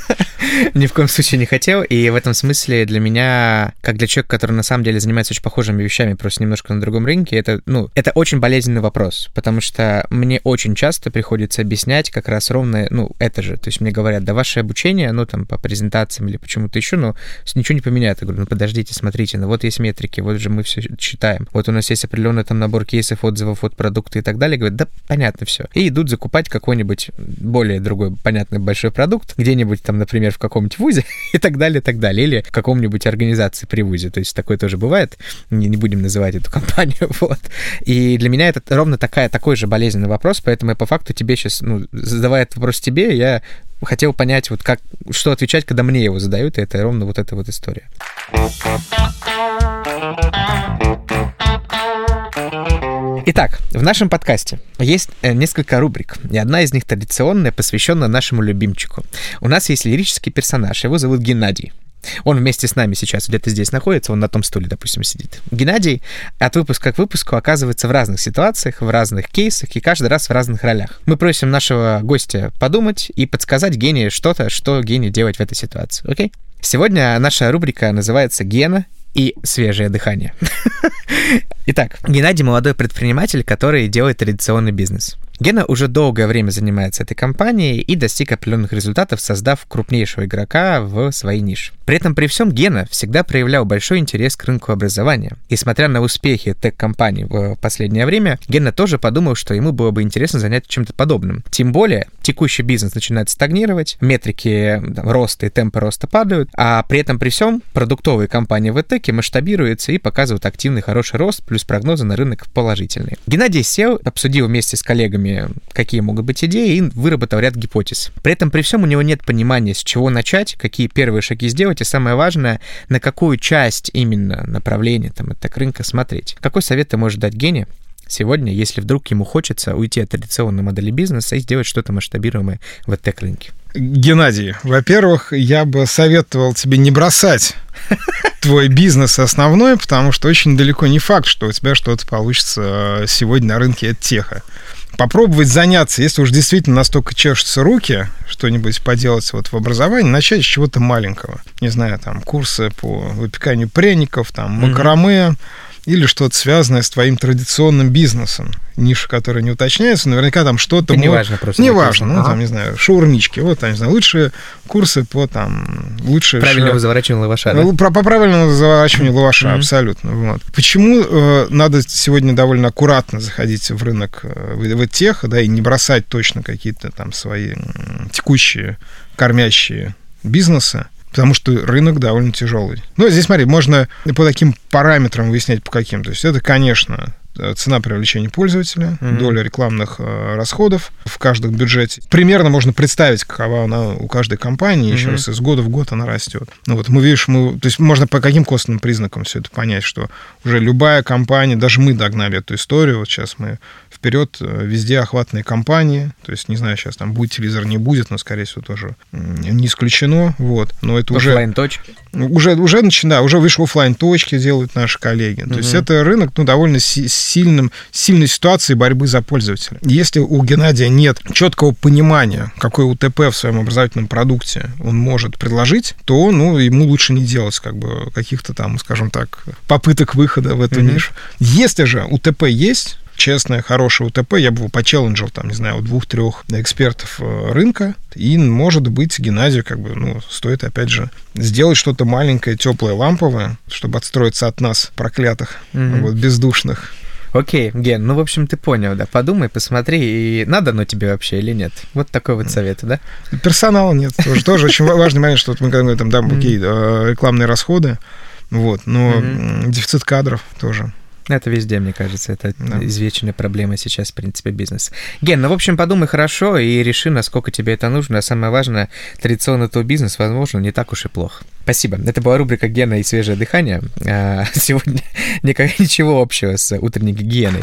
Speaker 1: Ни в коем случае не хотел. И в этом смысле для меня, как для человека, который на самом деле занимается очень похожими вещами, просто немножко на другом рынке, это, ну, это очень болезненный вопрос, потому что мне очень часто приходится объяснять как раз ровно, ну, это же. То есть мне говорят, да ваше обучение, ну, там, по презентациям или почему-то еще, ну, ничего не поменяет. Я говорю, ну, подождите, смотрите, ну, вот есть метрики, вот же мы все считаем. Вот у нас есть определенный там набор кейсов, отзывов от продукта и так далее. Говорят, да, понятно все. И идут закупать какой-нибудь более другой, понятный большой продукт где-нибудь там, например, в каком-нибудь вузе и так далее, и так далее. Или в каком-нибудь организации при вузе. То есть такое тоже бывает. Не, не будем называть эту компанию. Вот. И для меня это ровно такая, такой же болезненный вопрос, поэтому я по факту тебе сейчас, ну, задавая этот вопрос тебе, я хотел понять, вот как, что отвечать, когда мне его задают, и это ровно вот эта вот история. Итак, в нашем подкасте есть несколько рубрик, и одна из них традиционная, посвященная нашему любимчику. У нас есть лирический персонаж, его зовут Геннадий. Он вместе с нами сейчас где-то здесь находится, он на том стуле, допустим, сидит. Геннадий от выпуска к выпуску оказывается в разных ситуациях, в разных кейсах и каждый раз в разных ролях. Мы просим нашего гостя подумать и подсказать Гене что-то, что Гене делать в этой ситуации. Окей? Сегодня наша рубрика называется «Гена и свежее дыхание». Итак, Геннадий — молодой предприниматель, который делает традиционный бизнес. Гена уже долгое время занимается этой компанией и достиг определенных результатов, создав крупнейшего игрока в своей нише. При этом при всем Гена всегда проявлял большой интерес к рынку образования. И смотря на успехи тех-компаний в последнее время, Гена тоже подумал, что ему было бы интересно заняться чем-то подобным. Тем более, текущий бизнес начинает стагнировать, метрики там, роста и темпы роста падают, а при этом при всем продуктовые компании в теке масштабируются и показывают активный хороший рост, плюс прогнозы на рынок положительные. Геннадий сел, обсудил вместе с коллегами, какие могут быть идеи, и выработал ряд гипотез. При этом при всем у него нет понимания, с чего начать, какие первые шаги сделать, и самое важное, на какую часть именно направления там, от рынка смотреть. Какой совет ты можешь дать Гене сегодня, если вдруг ему хочется уйти от традиционной модели бизнеса и сделать что-то масштабируемое в тех-рынке?
Speaker 2: Геннадий, во-первых, я бы советовал тебе не бросать твой бизнес основной, потому что очень далеко не факт, что у тебя что-то получится сегодня на рынке теха. Попробовать заняться, если уж действительно настолько чешутся руки, что-нибудь поделать вот в образовании, начать с чего-то маленького. Не знаю, там, курсы по выпеканию пряников, там, макраме, mm-hmm. или что-то связанное с твоим традиционным бизнесом. Ниша, которая не уточняется, наверняка там что-то...
Speaker 1: Это не важно просто.
Speaker 2: Не важно, ну, ага. там, не знаю, шаурмички, вот, там, не знаю, лучшие курсы по, там, лучшие...
Speaker 1: Правильного ш... заворачивания лаваша, да?
Speaker 2: По, по правильному заворачиванию лаваша, mm-hmm. абсолютно, вот. Почему э, надо сегодня довольно аккуратно заходить в рынок э, в, в тех, да, и не бросать точно какие-то там свои э, текущие, кормящие бизнесы? Потому что рынок довольно тяжелый. Ну, здесь, смотри, можно по таким параметрам выяснять, по каким. То есть это, конечно, цена привлечения пользователя, mm-hmm. доля рекламных э, расходов в каждом бюджете. Примерно можно представить, какова она у каждой компании. Mm-hmm. Еще раз, из года в год она растет. Ну вот мы, видишь, мы, то есть можно по каким косвенным признакам все это понять, что уже любая компания, даже мы догнали эту историю. Вот сейчас мы вперед, везде охватные компании. То есть, не знаю, сейчас там будет телевизор, не будет, но, скорее всего, тоже не исключено. Вот. Но это уже...
Speaker 1: Оффлайн-точки?
Speaker 2: Уже, уже начинаю, уже выше оффлайн-точки делают наши коллеги. Mm-hmm. То есть это рынок, ну, довольно си- сильным, сильной ситуации борьбы за пользователя. Если у Геннадия нет четкого понимания, какой УТП в своем образовательном продукте он может предложить, то, ну, ему лучше не делать, как бы, каких-то там, скажем так, попыток выхода в эту mm-hmm. нишу. Если же УТП есть, честное, хорошее УТП, я бы его почелленджил, там, не знаю, у двух-трех экспертов рынка, и, может быть, Геннадию, как бы, ну, стоит, опять же, сделать что-то маленькое, теплое, ламповое, чтобы отстроиться от нас, проклятых, mm-hmm. вот, бездушных.
Speaker 1: Окей, Ген, ну, в общем, ты понял, да, подумай, посмотри, и надо оно тебе вообще или нет. Вот такой вот совет, да?
Speaker 2: Персонала нет, тоже, тоже очень важный момент, что вот мы когда говорим, там, окей, рекламные расходы, вот, но mm-hmm. дефицит кадров тоже.
Speaker 1: Это везде, мне кажется, это да. извечная проблема сейчас, в принципе, бизнеса. Ген, ну, в общем, подумай хорошо и реши, насколько тебе это нужно. А самое важное, традиционный твой бизнес, возможно, не так уж и плохо. Спасибо. Это была рубрика «Гена и свежее дыхание». А сегодня ничего общего с утренней гигиеной.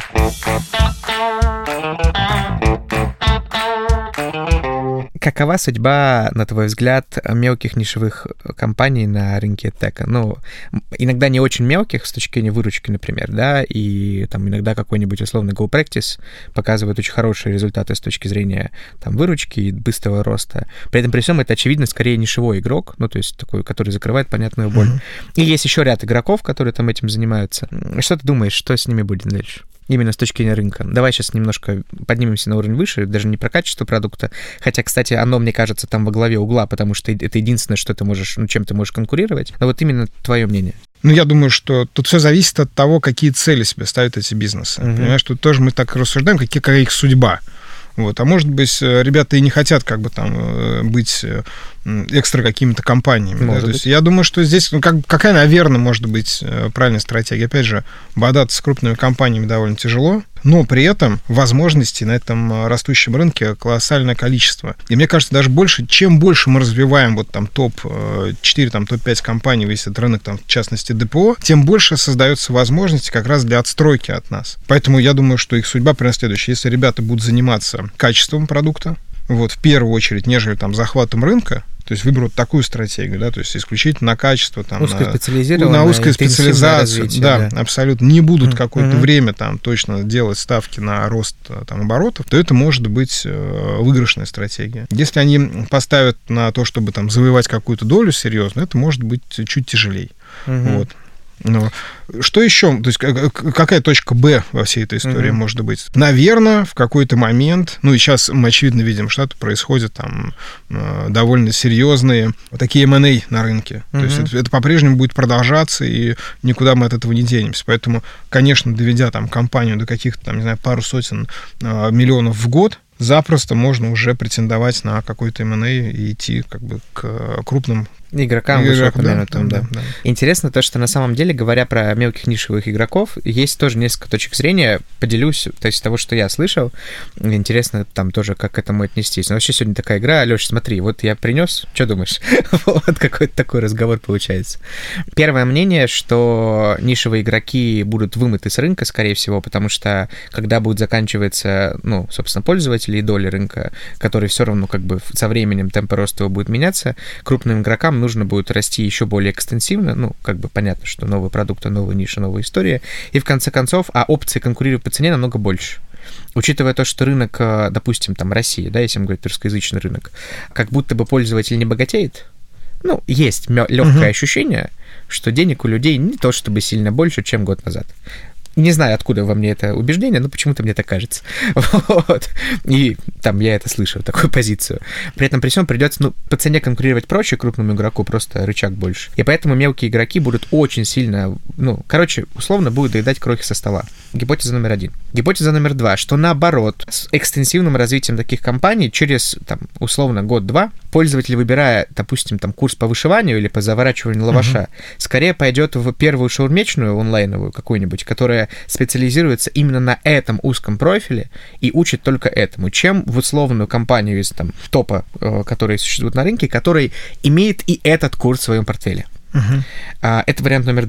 Speaker 1: Какова судьба, на твой взгляд, мелких нишевых компаний на рынке тека? Ну, иногда не очень мелких с точки зрения выручки, например, да, и там иногда какой-нибудь условный GoPractice показывает очень хорошие результаты с точки зрения там выручки и быстрого роста. При этом при всем это, очевидно, скорее нишевой игрок, ну, то есть такой, который закрывает понятную боль. Mm-hmm. И есть еще ряд игроков, которые там этим занимаются. Что ты думаешь, что с ними будет дальше? Именно с точки зрения рынка. Давай сейчас немножко поднимемся на уровень выше, даже не про качество продукта, хотя, кстати, оно, мне кажется, там во главе угла, потому что это единственное, что ты можешь, ну, чем ты можешь конкурировать. Но вот именно твое мнение.
Speaker 2: Ну, я думаю, что тут все зависит от того, какие цели себе ставят эти бизнесы. Uh-huh. Понимаешь, тут тоже мы так рассуждаем, какие, какая их судьба. Вот. А может быть, ребята и не хотят как бы там быть экстра какими-то компаниями. Да? То есть я думаю, что здесь, ну, как, какая, наверное, может быть правильная стратегия. Опять же, бодаться с крупными компаниями довольно тяжело, но при этом возможностей на этом растущем рынке колоссальное количество. И мне кажется, даже больше, чем больше мы развиваем вот там топ четыре, там топ пять компаний, весь этот рынок, там, в частности, ДПО, тем больше создается возможности как раз для отстройки от нас. Поэтому я думаю, что их судьба примерно следующая. Если ребята будут заниматься качеством продукта, вот, в первую очередь, нежели там захватом рынка, то есть выберут такую стратегию, да, то есть исключительно на качество, там,
Speaker 1: на,
Speaker 2: на узкую специализацию, да, да, абсолютно, не будут mm-hmm. какое-то mm-hmm. время там точно делать ставки на рост там оборотов, то это может быть выигрышная стратегия. Если они поставят на то, чтобы там завоевать какую-то долю серьезную, это может быть чуть тяжелее. Mm-hmm. Вот. Но что еще? То есть какая точка Б во всей этой истории mm-hmm. может быть? Наверное, в какой-то момент, ну и сейчас мы очевидно видим, что это происходит там довольно серьезные вот такие эм энд эй на рынке. Mm-hmm. То есть это, это по-прежнему будет продолжаться, и никуда мы от этого не денемся. Поэтому, конечно, доведя там компанию до каких-то, там, не знаю, пару сотен э, миллионов в год, запросто можно уже претендовать на какой-то эм энд эй и идти как бы к крупным
Speaker 1: игрокам, вышеупомянутым, да, да. Да, да. Интересно то, что на самом деле, говоря про мелких нишевых игроков, есть тоже несколько точек зрения. Поделюсь, то есть того, что я слышал. Интересно там тоже, как к этому отнестись. Но вообще сегодня такая игра. Лёш, смотри, вот я принес, что думаешь? Вот какой-то такой разговор получается. Первое мнение, что нишевые игроки будут вымыты с рынка, скорее всего, потому что когда будет заканчиваться, ну, собственно, пользователи и доля рынка, который все равно как бы со временем темпы роста его будет меняться, крупным игрокам нужно будет расти еще более экстенсивно, ну, как бы понятно, что новый продукт, новая ниша, новая история, и в конце концов, а опции конкурировать по цене намного больше. Учитывая то, что рынок, допустим, там Россия, да, если мы говорим русскоязычный рынок, как будто бы пользователь не богатеет, ну, есть легкое uh-huh. ощущение, что денег у людей не то чтобы сильно больше, чем год назад. Не знаю, откуда во мне это убеждение, но почему-то мне так кажется. Вот. И там я это слышал, такую позицию. При этом при всем придется, ну, по цене конкурировать проще крупному игроку, просто рычаг больше. И поэтому мелкие игроки будут очень сильно, ну, короче, условно будут доедать крохи со стола. Гипотеза номер один. Гипотеза номер два, что наоборот, с экстенсивным развитием таких компаний через, там, условно, год-два, пользователь, выбирая, допустим, там, курс по вышиванию или по заворачиванию лаваша, uh-huh. скорее пойдет в первую шаурмечную онлайновую какую-нибудь, которая специализируется именно на этом узком профиле и учит только этому, чем в условную компанию из там, топа, которые существуют на рынке, который имеет и этот курс в своем портфеле. Uh-huh. Это вариант номер два.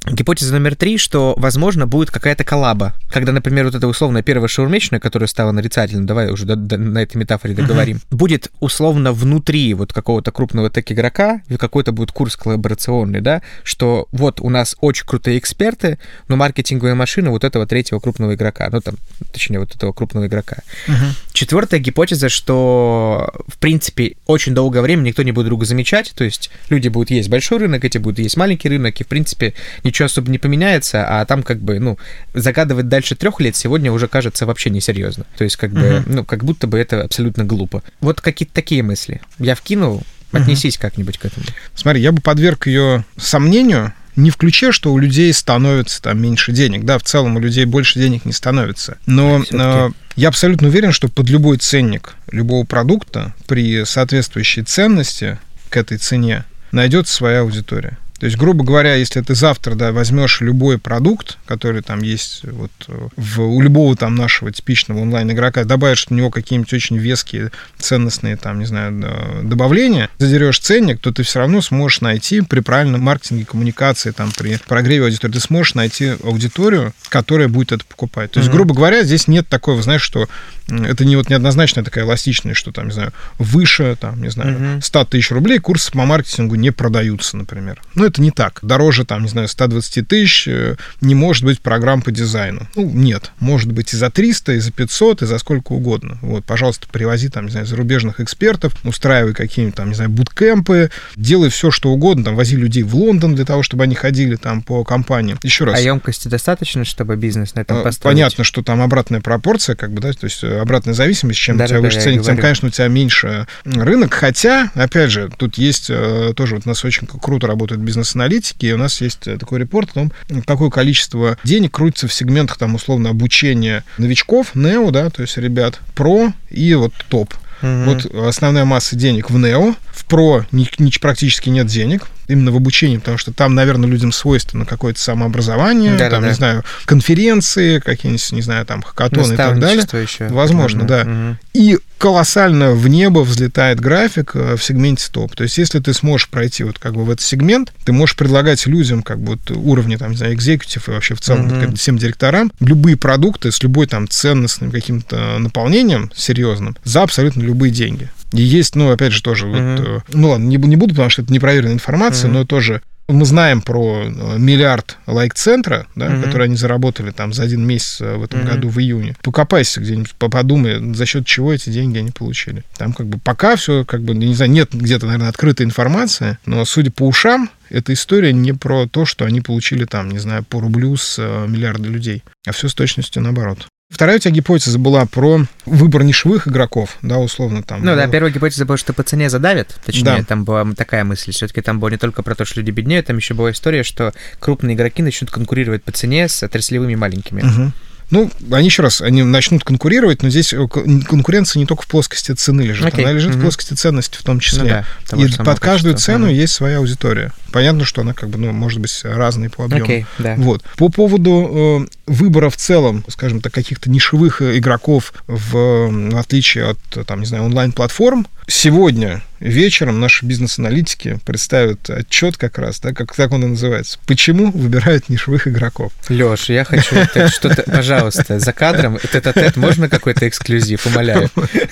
Speaker 1: Гипотеза номер три, что, возможно, будет какая-то коллаба. Когда, например, вот эта условная первая шаурмечная, которая стала нарицательной, давай уже до, до, на этой метафоре договорим, uh-huh. будет условно внутри вот какого-то крупного тек-игрока, и какой-то будет курс коллаборационный, да, что вот у нас очень крутые эксперты, но маркетинговая машина вот этого третьего крупного игрока, ну там, точнее, вот этого крупного игрока. Uh-huh. Четвертая гипотеза, что, в принципе, очень долгое время никто не будет друга замечать, то есть люди будут есть большой рынок, эти будут есть маленький рынок, и, в принципе, ничего особо не поменяется, а там как бы, ну, загадывать дальше трех лет сегодня уже кажется вообще несерьезно. То есть как бы, uh-huh. ну, как будто бы это абсолютно глупо. Вот какие-то такие мысли. Я вкинул, отнесись uh-huh. как-нибудь к этому.
Speaker 2: Смотри, я бы подверг ее сомнению, не в ключе, что у людей становится там меньше денег. Да, в целом у людей больше денег не становится. Но э, я абсолютно уверен, что под любой ценник любого продукта при соответствующей ценности к этой цене найдется своя аудитория. То есть, грубо говоря, если ты завтра, да, возьмешь любой продукт, который там есть вот в, у любого там нашего типичного онлайн-игрока, добавишь в него какие-нибудь очень веские, ценностные, там, не знаю, добавления, задерешь ценник, то ты все равно сможешь найти при правильном маркетинге, коммуникации, там, при прогреве аудитории, ты сможешь найти аудиторию, которая будет это покупать. То есть, mm-hmm. грубо говоря, здесь нет такого, знаешь, что это не вот неоднозначная такая эластичность, что там, не знаю, выше, там, не знаю, mm-hmm. сто тысяч рублей курсы по маркетингу не продаются, например. Ну, это не так. Дороже, там, не знаю, сто двадцать тысяч не может быть программ по дизайну. Ну, нет. Может быть и за триста, и за пятьсот, и за сколько угодно. Вот, пожалуйста, привози, там, не знаю, зарубежных экспертов, устраивай какие-нибудь, там, не знаю, буткемпы, делай все, что угодно, там, вози людей в Лондон для того, чтобы они ходили там по компаниям. Еще раз.
Speaker 1: А емкости достаточно, чтобы бизнес на этом построить?
Speaker 2: Понятно, что там обратная пропорция, как бы, да, то есть обратная зависимость, чем да, у тебя да, выше да, ценник, тем, конечно, у тебя меньше рынок. Хотя, опять же, тут есть тоже, вот у нас очень круто работает бизнес-аналитики, и у нас есть такой репорт о том, какое количество денег крутится в сегментах, там, условно, обучения новичков, нео, да, то есть ребят, про и вот топ. Mm-hmm. Вот основная масса денег в нео, в про ни, ни, практически нет денег, именно в обучении, потому что там, наверное, людям свойственно какое-то самообразование, да, там, да, не да. знаю, конференции, какие-нибудь, не знаю, там, хакатоны и так далее. Еще. Возможно, да. Угу. И колоссально в небо взлетает график в сегменте топ. То есть, если ты сможешь пройти вот как бы в этот сегмент, ты можешь предлагать людям как бы вот уровни, там, не знаю, экзекутив и вообще в целом угу. всем директорам любые продукты с любой там ценностным каким-то наполнением серьезным за абсолютно любые деньги. И есть, ну, опять же, тоже, mm-hmm. вот, ну, ладно, не, не буду, потому что это непроверенная информация, mm-hmm. но тоже мы знаем про миллиард лайк-центра, да, mm-hmm. который они заработали там за один месяц в этом mm-hmm. году, в июне. Покопайся где-нибудь, подумай, за счет чего эти деньги они получили. Там как бы пока все, как бы, не знаю, нет где-то, наверное, открытой информации, но, судя по ушам, эта история не про то, что они получили там, не знаю, по рублю с миллиарда людей, а все с точностью наоборот. Вторая у тебя гипотеза была про выбор нишевых игроков, да, условно там.
Speaker 1: Ну да, первая гипотеза была, что по цене задавят, точнее, да. там была такая мысль, все-таки там было не только про то, что люди беднеют, там еще была история, что крупные игроки начнут конкурировать по цене с отраслевыми маленькими.
Speaker 2: Угу. Ну, они еще раз, они начнут конкурировать, но здесь конкуренция не только в плоскости цены лежит, okay. она лежит mm-hmm. в плоскости ценности в том числе. Ну, да, и под каждую качество. цену mm-hmm. есть своя аудитория. Понятно, что она как бы, ну, может быть разной по объему. Okay, да. Вот. По поводу э, выбора в целом, скажем так, каких-то нишевых игроков, в, в отличие от, там, не знаю, онлайн-платформ, сегодня вечером наши бизнес-аналитики представят отчет как раз, да, как, как он и называется. Почему выбирают нишевых игроков?
Speaker 1: Лёш, я хочу что-то, пожалуйста, за кадром, тет-а-тет, можно какой-то эксклюзив, умоляю.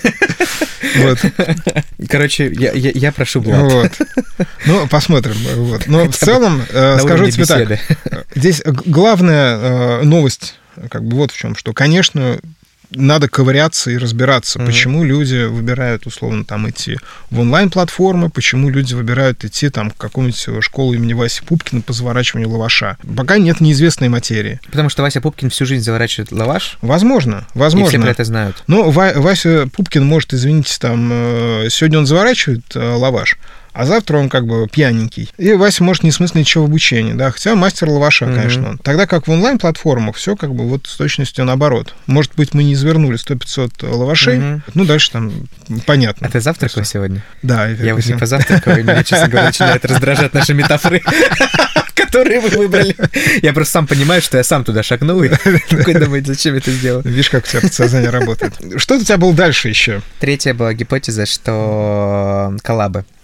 Speaker 1: Вот. Короче, я, я, я прошу блат.
Speaker 2: Вот. Ну, посмотрим. Вот. Но Хотя в целом, э, скажу тебе беседы. так, здесь главная э, новость, как бы вот в чем, что, конечно, надо ковыряться и разбираться, mm-hmm. почему люди выбирают, условно, там, идти в онлайн-платформы, почему люди выбирают идти там, в какую-нибудь школу имени Васи Пупкина по заворачиванию лаваша. Пока нет неизвестной материи.
Speaker 1: Потому что Вася Пупкин всю жизнь заворачивает лаваш?
Speaker 2: Возможно, возможно.
Speaker 1: И все про это знают.
Speaker 2: Но Вася Пупкин может, извините, там, сегодня он заворачивает лаваш, а завтра он как бы пьяненький. И Вася может не смыслить ничего в обучении, да, хотя мастер лаваша, mm-hmm. конечно, он. Тогда как в онлайн-платформах все как бы вот с точностью наоборот. Может быть, мы не извернули сто-пятьсот лавашей, mm-hmm. ну, дальше там понятно.
Speaker 1: А ты завтракал сегодня?
Speaker 2: Да.
Speaker 1: Я, я вот не позавтракал, и меня, честно говоря, начинает раздражать наши метафоры, которые вы выбрали. Я просто сам понимаю, что я сам туда шагнул, и такой думает, зачем это сделал.
Speaker 2: Видишь, как у тебя подсознание работает. Что у тебя было дальше еще?
Speaker 1: Третья была гипотеза, что коллабы.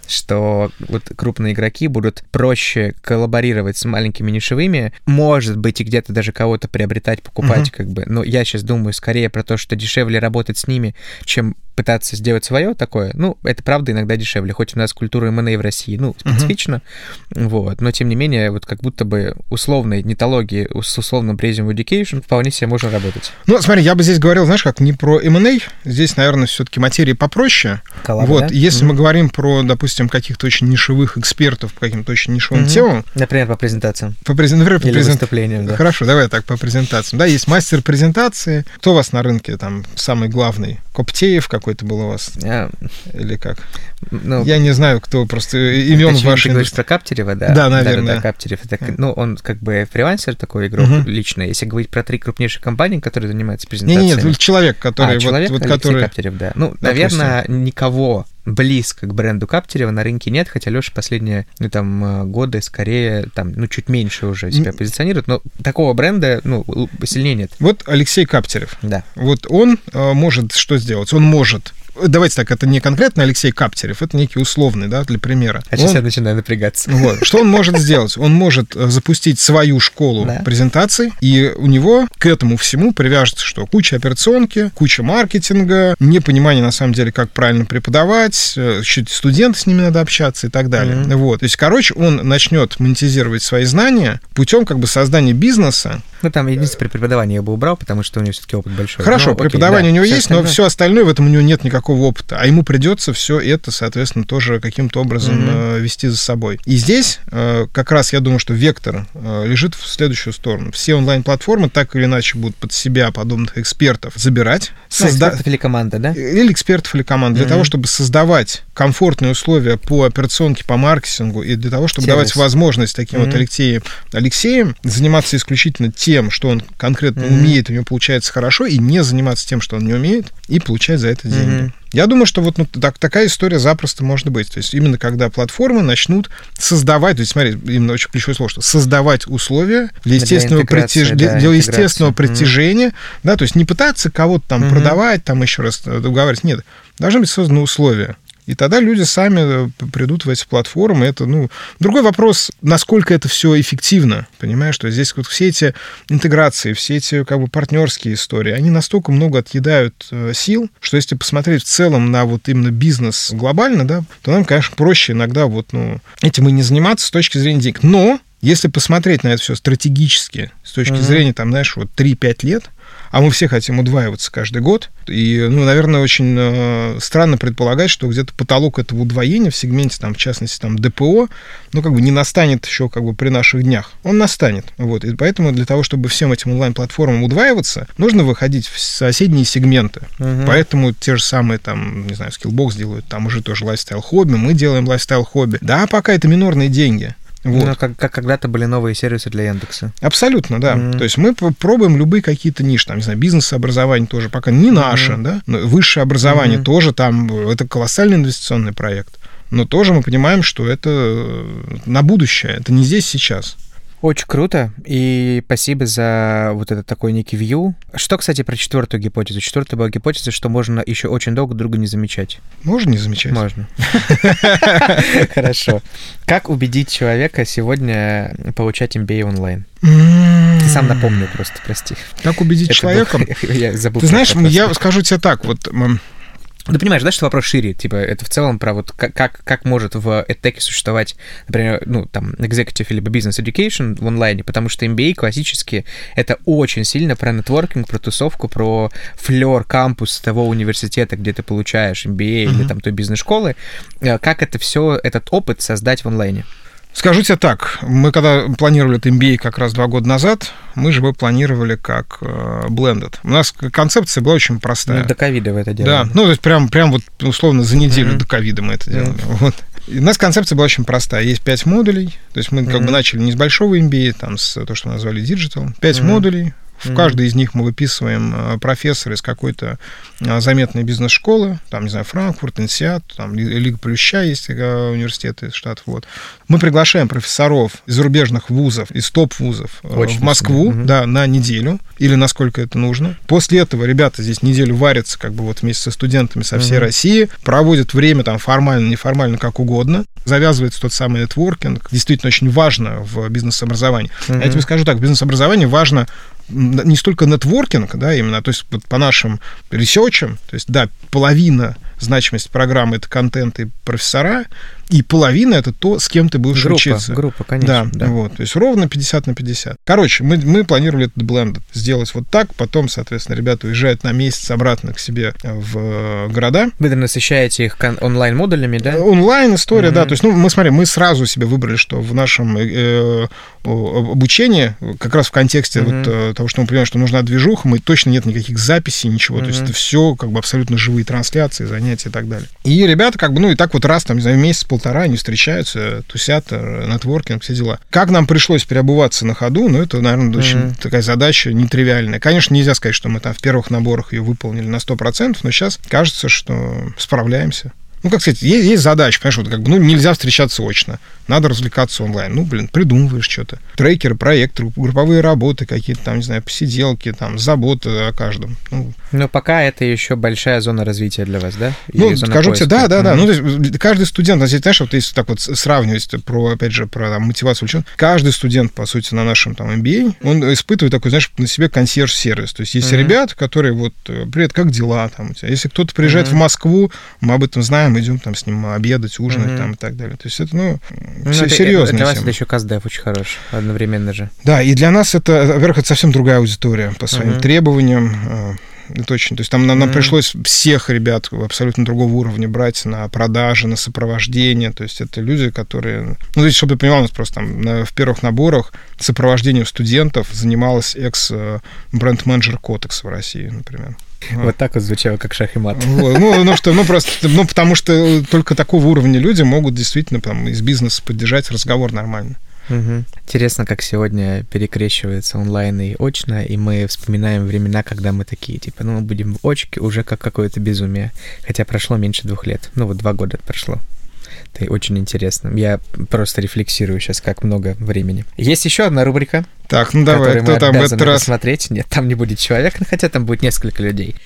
Speaker 1: что вот крупные игроки будут проще коллаборировать с маленькими нишевыми, может быть, и где-то даже кого-то приобретать, покупать, uh-huh. как бы. Но я сейчас думаю скорее про то, что дешевле работать с ними, чем пытаться сделать свое такое. Ну, это правда иногда дешевле, хоть у нас культура эм энд эй в России, ну, специфично, uh-huh. вот, но тем не менее, вот как будто бы условной нетологии с условным Presium Education вполне себе можно работать.
Speaker 2: Ну, смотри, я бы здесь говорил, знаешь, как не про эм энд эй, здесь, наверное, все-таки материя попроще.
Speaker 1: Коллабы,
Speaker 2: вот,
Speaker 1: да?
Speaker 2: Если
Speaker 1: mm-hmm.
Speaker 2: мы говорим про, допустим, каких-то очень нишевых экспертов по каким-то очень нишевым mm-hmm. темам.
Speaker 1: Например, по презентациям.
Speaker 2: По презент... Например, по
Speaker 1: Или
Speaker 2: презент...
Speaker 1: выступлениям, да.
Speaker 2: Хорошо, давай так, по презентациям. Да, есть мастер презентации. Кто у вас на рынке там самый главный? Коптеев какой-то был у вас?
Speaker 1: А...
Speaker 2: Или как?
Speaker 1: Ну,
Speaker 2: я не знаю, кто просто имен ваших.
Speaker 1: Ты говоришь про Каптерева, да?
Speaker 2: Да, наверное.
Speaker 1: Да, да, да, Каптерев. Это, ну, он как бы фрилансер такой, игрок uh-huh. личный. Если говорить про три крупнейших компании, которые занимаются презентациями.
Speaker 2: Не-не-не, человек, который...
Speaker 1: А, человек,
Speaker 2: вот,
Speaker 1: вот,
Speaker 2: который...
Speaker 1: Каптерев, да. Ну, допустим. Наверное, никого близко к бренду Каптерева на рынке нет, хотя Лёша последние, ну, там, годы скорее, там, ну, чуть меньше уже себя позиционирует, но такого бренда, ну, сильнее нет.
Speaker 2: Вот Алексей Каптерев.
Speaker 1: Да.
Speaker 2: Вот он э, может что сделать? Он может... Давайте так, это не конкретно Алексей Каптерев, это некий условный, да, для примера.
Speaker 1: А сейчас
Speaker 2: он,
Speaker 1: я начинаю напрягаться.
Speaker 2: Вот, что он может сделать? Он может запустить свою школу да. презентаций, и у него к этому всему привяжется, что куча операционки, куча маркетинга, непонимание, на самом деле, как правильно преподавать, чуть студенты с ними надо общаться и так далее. Mm-hmm. Вот. То есть, короче, он начнет монетизировать свои знания путем как бы создания бизнеса.
Speaker 1: Ну, там единственное, преподавание я бы убрал, потому что у него все-таки опыт большой.
Speaker 2: Хорошо,
Speaker 1: ну,
Speaker 2: преподавание
Speaker 1: окей, да,
Speaker 2: у него есть,
Speaker 1: остальное...
Speaker 2: но все остальное в этом у него нет никакого опыта, а ему придется все это, соответственно, тоже каким-то образом mm-hmm. вести за собой. И здесь как раз я думаю, что вектор лежит в следующую сторону. Все онлайн-платформы так или иначе будут под себя подобных экспертов забирать.
Speaker 1: Ну, созда... экспертов или команда, да?
Speaker 2: Или экспертов или команда. Для mm-hmm. того, чтобы создавать комфортные условия по операционке, по маркетингу, и для того, чтобы Сервис. давать возможность таким mm-hmm. вот Алексеем, Алексеем заниматься исключительно тем, что он конкретно mm-hmm. умеет, у него получается хорошо, и не заниматься тем, что он не умеет, и получать за это деньги. Mm-hmm. Я думаю, что вот ну, так, такая история запросто может быть. То есть именно когда платформы начнут создавать, то есть смотри, именно очень ключевое слово, что создавать условия для естественного,
Speaker 1: для
Speaker 2: притяж...
Speaker 1: да,
Speaker 2: для, для естественного притяжения, mm-hmm. да, то есть не пытаться кого-то там mm-hmm. продавать, там еще раз договаривать, нет, должны быть созданы условия. И тогда люди сами придут в эти платформы. Это, ну, другой вопрос, насколько это все эффективно. Понимаешь, что здесь вот все эти интеграции, все эти как бы партнерские истории, они настолько много отъедают э, сил, что если посмотреть в целом на вот именно бизнес глобально, да, то нам, конечно, проще иногда вот, ну, этим и не заниматься с точки зрения денег. Но если посмотреть на это все стратегически, с точки mm-hmm. зрения, там, знаешь, вот три-пять лет, а мы все хотим удваиваться каждый год. И, ну, наверное, очень э, странно предполагать, что где-то потолок этого удвоения в сегменте, там, в частности, там, дэ пэ о, ну, как бы не настанет еще как бы при наших днях. Он настанет. Вот. И поэтому для того, чтобы всем этим онлайн-платформам удваиваться, нужно выходить в соседние сегменты. Угу. Поэтому те же самые, там, не знаю, Skillbox делают, там уже тоже лайфстайл-хобби, мы делаем лайфстайл-хобби. Да, пока это минорные деньги. Вот.
Speaker 1: Ну, как, как когда-то были новые сервисы для Яндекса.
Speaker 2: Абсолютно, да. Mm-hmm. То есть мы пробуем любые какие-то ниши, там, не знаю, бизнес-образование тоже пока не наше, mm-hmm. да, но высшее образование mm-hmm. тоже там, это колоссальный инвестиционный проект, но тоже мы понимаем, что это на будущее, это не здесь, сейчас.
Speaker 1: Очень круто, и спасибо за вот этот такой некий вью. Что, кстати, про четвертую гипотезу? Четвертая была гипотеза, что можно еще очень долго друга не замечать.
Speaker 2: Можно не замечать?
Speaker 1: Можно. Хорошо. Как убедить человека сегодня получать эм би эй онлайн? Ты сам напомнил просто, прости.
Speaker 2: Как убедить человека?
Speaker 1: Я забыл.
Speaker 2: Ты знаешь, я скажу тебе так, вот...
Speaker 1: Ты понимаешь, да, что вопрос шире, типа, это в целом про вот как, как, как может в эдтеке существовать, например, ну, там, executive либо business education в онлайне, потому что эм би эй классически это очень сильно про нетворкинг, про тусовку, про флёр, кампус того университета, где ты получаешь эм би эй mm-hmm. или там той бизнес-школы, как это все, этот опыт создать в онлайне?
Speaker 2: Скажу тебе так, мы когда планировали это эм би эй как раз два года назад, мы же его планировали как э, blended. У нас концепция была очень простая.
Speaker 1: Ну, до ковида вы это делали.
Speaker 2: Да, ну, то есть прям, прям вот условно за неделю mm-hmm. до ковида мы это делали. Mm-hmm. Вот. И у нас концепция была очень простая. Есть пять модулей, то есть мы mm-hmm. как бы начали не с большого эм би эй, там, с то, что мы назвали digital, пять mm-hmm. модулей, В mm-hmm. каждой из них мы выписываем профессора из какой-то заметной бизнес-школы, там, не знаю, Франкфурт, Инсиат, там, Лига Плюща есть университеты из Штатов. Вот. Мы приглашаем профессоров из зарубежных вузов, из топ-вузов Очень в Москву mm-hmm. да, на неделю, или насколько это нужно. После этого ребята здесь неделю варятся как бы вот вместе со студентами со всей mm-hmm. России, проводят время там формально, неформально, как угодно. Завязывается тот самый нетворкинг. Действительно очень важно в бизнес-образовании. Mm-hmm. Я тебе скажу так, в бизнес-образовании важно не столько нетворкинг, да, именно, то есть вот по нашим ресерчам, то есть, да, половина значимости программы — это контент и профессора, и половина — это то, с кем ты будешь
Speaker 1: группа,
Speaker 2: учиться.
Speaker 1: Группа, конечно.
Speaker 2: Да, да. Вот, то есть ровно пятьдесят на пятьдесят. Короче, мы, мы планировали этот бленд сделать вот так, потом, соответственно, ребята уезжают на месяц обратно к себе в города.
Speaker 1: Вы насыщаете их онлайн-модулями, да?
Speaker 2: Онлайн-история, mm-hmm. да. То есть, ну, мы, смотри, мы сразу себе выбрали, что в нашем э, обучении, как раз в контексте mm-hmm. вот того, что мы понимаем, что нужна движуха, мы точно нет никаких записей, ничего. Mm-hmm. То есть это все как бы абсолютно живые трансляции, занятия и так далее. И ребята как бы, ну, и так вот раз, там, не знаю, месяц-полтора они встречаются, тусят, нетворкинг, все дела. Как нам пришлось переобуваться на ходу, ну, это, наверное, mm-hmm. очень такая задача нетривиальная. Конечно, нельзя сказать, что мы там в первых наборах ее выполнили на сто процентов, но сейчас кажется, что справляемся. Ну, как сказать, есть, есть задача, понимаешь, вот как бы, ну, нельзя встречаться очно, надо развлекаться онлайн. Ну, блин, придумываешь что-то. Трекеры, проекторы, групповые работы какие-то там, не знаю, посиделки, там, заботы о каждом. Ну,
Speaker 1: но пока это еще большая зона развития для вас, да?
Speaker 2: Или ну, скажу тебе, да, да, mm-hmm. да. Ну, то есть каждый студент, здесь, знаешь, вот если так вот сравнивать про, опять же, про там, мотивацию ученых, каждый студент, по сути, на нашем там эм би эй, он испытывает такой, знаешь, на себе консьерж-сервис. То есть есть mm-hmm. ребята, которые вот, привет, как дела там у тебя? Если кто-то приезжает mm-hmm. в Москву, мы об этом знаем, идем там с ним обедать, ужинать mm-hmm. там и так далее. То есть это, ну,
Speaker 1: ну
Speaker 2: все
Speaker 1: это,
Speaker 2: серьезно.
Speaker 1: Для вас это еще каздев очень хорош, одновременно же.
Speaker 2: Да, и для нас это, во-первых, это совсем другая аудитория по своим mm-hmm. требованиям. Это очень, то есть там нам, нам mm-hmm. пришлось всех ребят абсолютно другого уровня брать на продажи, на сопровождение. То есть это люди, которые... Ну, то есть, чтобы ты понимал, у нас просто там на, в первых наборах сопровождением студентов занималась экс-бренд-менеджер Котекс в России, например.
Speaker 1: Вот так вот звучало, как шах и мат.
Speaker 2: Вот. Ну, ну, что, ну, просто, ну, потому что только такого уровня люди могут действительно там, из бизнеса поддержать разговор нормально.
Speaker 1: Угу. Интересно, как сегодня перекрещивается онлайн и очно, и мы вспоминаем времена, когда мы такие, типа, ну, мы будем в очке уже как какое-то безумие. Хотя прошло меньше двух лет. Ну, вот два года прошло. Это очень интересно. Я просто рефлексирую сейчас, как много времени. Есть еще одна рубрика.
Speaker 2: Так, ну давай, кто там в этот раз?
Speaker 1: Посмотреть. Нет, там не будет человека, хотя там будет несколько людей.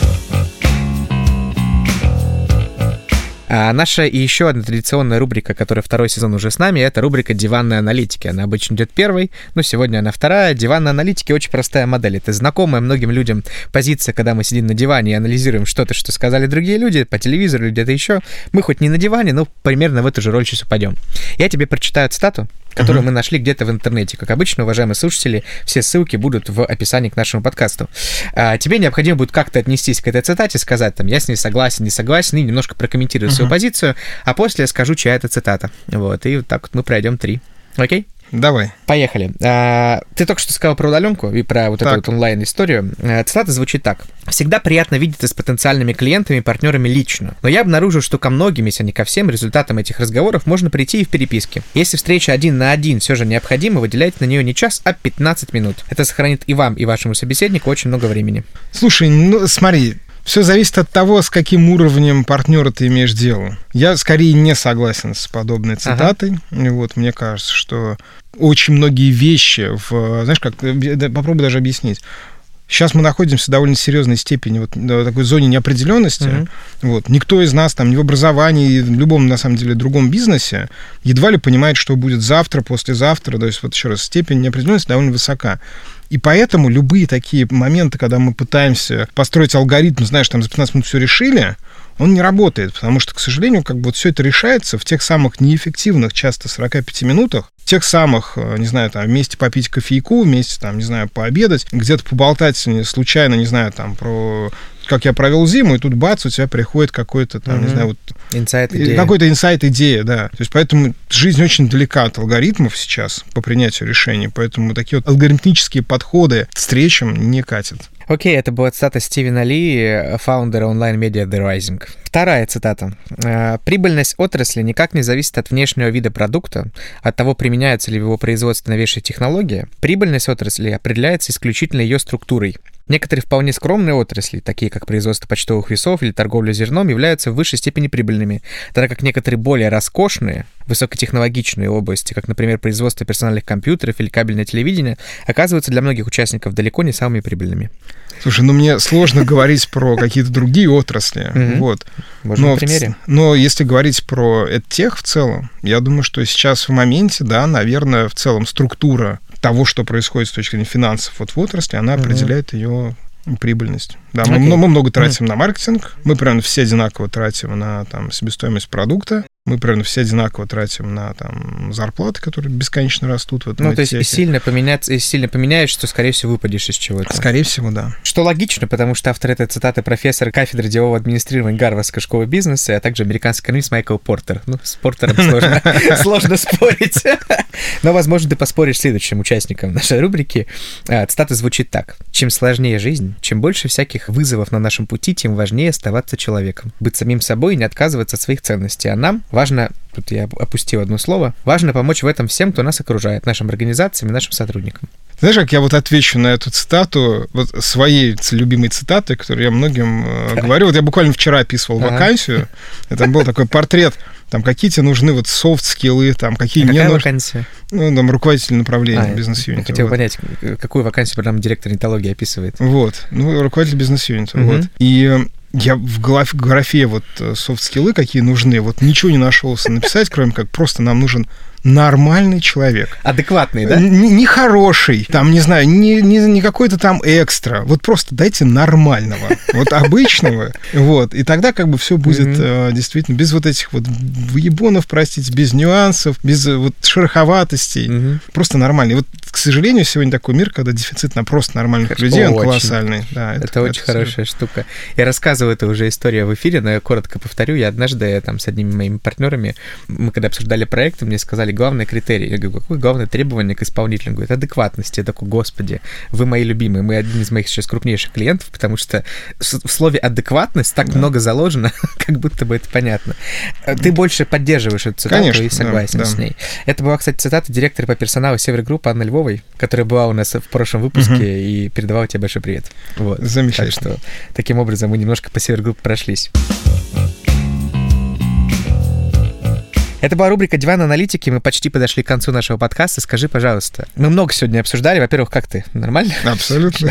Speaker 1: А наша и еще одна традиционная рубрика, которая второй сезон уже с нами, это рубрика «Диванной аналитики». Она обычно идет первой, но сегодня она вторая. Диванная аналитики очень простая модель. Это знакомая многим людям позиция, когда мы сидим на диване и анализируем что-то, что сказали другие люди, по телевизору или где-то еще. Мы хоть не на диване, но примерно в эту же роль сейчас упадем. Я тебе прочитаю цитату, которую uh-huh. мы нашли где-то в интернете. Как обычно, уважаемые слушатели, все ссылки будут в описании к нашему подкасту. А, тебе необходимо будет как-то отнестись к этой цитате, сказать, там, я с ней согласен, не согласен, и немножко прокомментировать uh-huh. свою позицию, а после я скажу, чья это цитата. Вот, и вот так вот мы пройдем три. Окей?
Speaker 2: Давай.
Speaker 1: Поехали. А, ты только что сказал про удаленку и про вот так. эту вот онлайн-историю. А, цитата звучит так. «Всегда приятно видеться с потенциальными клиентами и партнерами лично. Но я обнаружил, что ко многим, если не ко всем, результатам этих разговоров можно прийти и в переписке. Если встреча один на один все же необходима, выделяйте на нее не час, а пятнадцать минут. Это сохранит и вам, и вашему собеседнику очень много времени».
Speaker 2: Слушай, ну смотри... Все зависит от того, с каким уровнем партнера ты имеешь дело. Я скорее не согласен с подобной цитатой. Ага. Вот, мне кажется, что очень многие вещи в... Знаешь, как... Попробуй даже объяснить. Сейчас мы находимся в довольно серьезной степени вот в такой зоне неопределенности. Mm-hmm. Вот. Никто из нас там ни в образовании, в любом, на самом деле, другом бизнесе едва ли понимает, что будет завтра, послезавтра. То есть, вот еще раз, степень неопределенности довольно высока. И поэтому любые такие моменты, когда мы пытаемся построить алгоритм, знаешь, там за пятнадцать минут все решили, он не работает, потому что, к сожалению, как бы вот все это решается в тех самых неэффективных, часто сорока пяти минутах, в тех самых, не знаю, там, вместе попить кофейку, вместе, там, не знаю, пообедать, где-то поболтать случайно, не знаю, там, про... как я провел зиму, и тут бац, у тебя приходит какой-то, там, mm-hmm. не знаю, вот...
Speaker 1: Инсайт-идея.
Speaker 2: Какой-то инсайт-идея, да. То есть поэтому жизнь очень далека от алгоритмов сейчас по принятию решений, поэтому такие вот алгоритмические подходы к встречам не катят.
Speaker 1: Окей, это была цитата Стивена Ли, фаундера онлайн-медиа The Rising. Вторая цитата. «Прибыльность отрасли никак не зависит от внешнего вида продукта, от того, применяется ли в его производстве новейшая технология. Прибыльность отрасли определяется исключительно ее структурой. Некоторые вполне скромные отрасли, такие как производство почтовых весов или торговля зерном, являются в высшей степени прибыльными, тогда как некоторые более роскошные, высокотехнологичные области, как, например, производство персональных компьютеров или кабельное телевидение, оказываются для многих участников далеко не самыми прибыльными».
Speaker 2: Слушай, ну мне сложно говорить про какие-то другие отрасли, вот.
Speaker 1: Можно на примере.
Speaker 2: Но если говорить про EdTech в целом, я думаю, что сейчас в моменте, да, наверное, в целом структура того, что происходит с точки зрения финансов вот в отрасли, она определяет ее прибыльность. Да, мы, okay. мы много тратим mm. на маркетинг, мы примерно все одинаково тратим на там, себестоимость продукта, мы примерно все одинаково тратим на там, зарплаты, которые бесконечно растут в этом.
Speaker 1: Ну, то есть, и сильно, поменяться, и сильно поменяешь, что, скорее всего, выпадешь из чего-то.
Speaker 2: Скорее всего, да.
Speaker 1: Что логично, потому что автор этой цитаты профессор кафедры делового администрирования Гарвардской школы бизнеса, а также американский экономист Майкл Портер. Ну, с Портером сложно спорить. Но, возможно, ты поспоришь с следующим участником нашей рубрики. Цитата звучит так. «Чем сложнее жизнь, чем больше всяких вызовов на нашем пути, тем важнее оставаться человеком. Быть самим собой и не отказываться от своих ценностей. А нам важно, тут я опустил одно слово, важно помочь в этом всем, кто нас окружает, нашим организациям и нашим сотрудникам».
Speaker 2: Знаешь, как я вот отвечу на эту цитату, вот своей любимой цитатой, которую я многим э, говорю. Вот я буквально вчера описывал ага. вакансию, и там был такой портрет, там, какие тебе нужны вот софт-скиллы, там, какие а не нужны.
Speaker 1: Вакансия?
Speaker 2: Ну, там, руководитель направления а, бизнес-юнита.
Speaker 1: Я хотел
Speaker 2: вот.
Speaker 1: понять, какую вакансию программа директор нетологии описывает.
Speaker 2: Вот, ну, руководитель бизнес-юнита, угу. вот. И я в графе вот софт-скиллы, какие нужны, вот ничего не нашелся написать, кроме как просто нам нужен нормальный человек.
Speaker 1: Адекватный, да?
Speaker 2: Не, не хороший, там, не знаю, не, не, не какой-то там экстра. Вот просто дайте нормального, вот обычного. Вот. И тогда как бы все будет mm-hmm. э, действительно без вот этих вот выебонов, простите, без нюансов, без вот шероховатостей. Mm-hmm. Просто нормальный. Вот, к сожалению, сегодня такой мир, когда дефицит на просто нормальных это людей, он колоссальный. Да,
Speaker 1: это, это очень это хорошая все. штука. Я рассказываю эту уже историю в эфире, но я коротко повторю. Я однажды там с одними моими партнерами, мы когда обсуждали проекты, мне сказали, главный критерий. Я говорю, какое главное требование к исполнителю? Он говорит, адекватность. Я такой, господи, вы мои любимые, мы один из моих сейчас крупнейших клиентов, потому что в слове адекватность так да. много заложено, как будто бы это понятно. Ты больше поддерживаешь эту цитату Конечно, и согласен да, с ней. Да. Это была, кстати, цитата директора по персоналу Север-группы Анны Львовой, которая была у нас в прошлом выпуске угу. и передавала тебе большой привет. Вот.
Speaker 2: Замечательно.
Speaker 1: Так что таким образом мы немножко по Север-группе прошлись. Это была рубрика «Диван аналитики». Мы почти подошли к концу нашего подкаста. Скажи, пожалуйста, мы много сегодня обсуждали. Во-первых, как ты? Нормально?
Speaker 2: Абсолютно.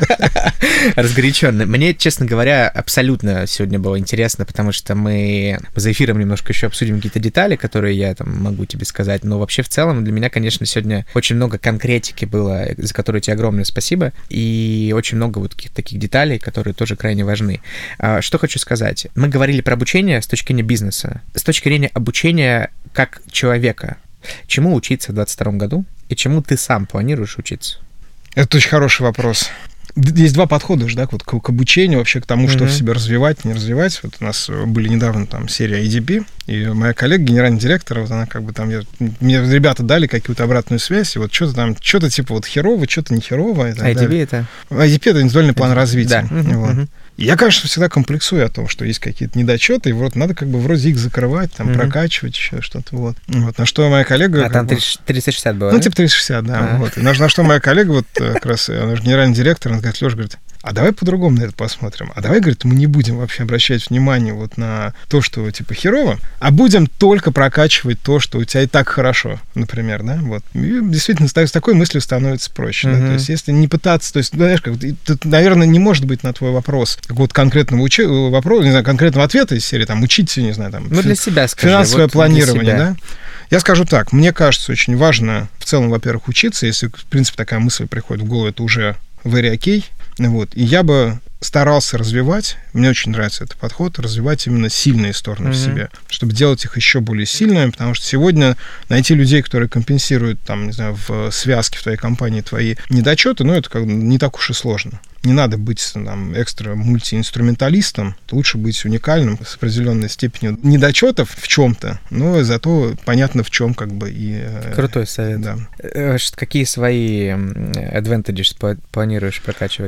Speaker 1: Разгоряченно. Мне, честно говоря, абсолютно сегодня было интересно, потому что мы за эфиром немножко еще обсудим какие-то детали, которые я там могу тебе сказать. Но вообще в целом для меня, конечно, сегодня очень много конкретики было, за которую тебе огромное спасибо. И очень много вот таких деталей, которые тоже крайне важны. Что хочу сказать. Мы говорили про обучение с точки зрения бизнеса. С точки зрения обучения как человека. Чему учиться в двадцать втором году и чему ты сам планируешь учиться?
Speaker 2: Это очень хороший вопрос. Есть два подхода же, да, вот к, к обучению, вообще к тому, mm-hmm. что в себе развивать, не развивать. Вот у нас были недавно там серия ай ди пи, и моя коллега, генеральный директор, вот она как бы там, я, мне ребята дали какую-то обратную связь, и вот что-то там, что-то типа вот херово, что-то не херово.
Speaker 1: ай ди пи это?
Speaker 2: ай ди пи это индивидуальный план развития.
Speaker 1: Да. Mm-hmm.
Speaker 2: Вот. Mm-hmm. Я, конечно, всегда комплексую о том, что есть какие-то недочеты, и вот надо как бы вроде их закрывать, там, mm-hmm. прокачивать еще что-то, вот. вот. На что моя коллега...
Speaker 1: А там триста шестьдесят было,
Speaker 2: Ну,
Speaker 1: да?
Speaker 2: типа триста шестьдесят, да. А-а-а. Вот. И на, на что моя коллега, вот как раз, она же генеральный директор, она говорит, Лёш, говорит, а давай по-другому на это посмотрим. А давай, говорит, мы не будем вообще обращать внимание вот на то, что типа херово, а будем только прокачивать то, что у тебя и так хорошо, например, да, вот. И действительно, с такой мыслью становится проще, mm-hmm. да, то есть если не пытаться, то есть, знаешь, как, тут, наверное, не может быть на твой вопрос какого-то конкретного учи... вопроса, не знаю, конкретного ответа из серии, там, учить, не знаю, там,
Speaker 1: ну, для
Speaker 2: фи...
Speaker 1: себя скажи,
Speaker 2: финансовое
Speaker 1: вот
Speaker 2: планирование, да. Я скажу так, мне кажется, очень важно в целом, во-первых, учиться, если, в принципе, такая мысль приходит в голову, это уже very окей, вот, и я бы старался развивать, мне очень нравится этот подход, развивать именно сильные стороны mm-hmm. в себе, чтобы делать их еще более сильными, потому что сегодня найти людей, которые компенсируют, там, не знаю, в связке в твоей компании твои недочеты, ну, это как бы не так уж и сложно. Не надо быть там экстра мультиинструменталистом, лучше быть уникальным с определенной степенью недочетов в чем-то, но зато понятно в чем как бы и...
Speaker 1: Крутой совет.
Speaker 2: Да.
Speaker 1: Какие свои advantages планируешь прокачивать?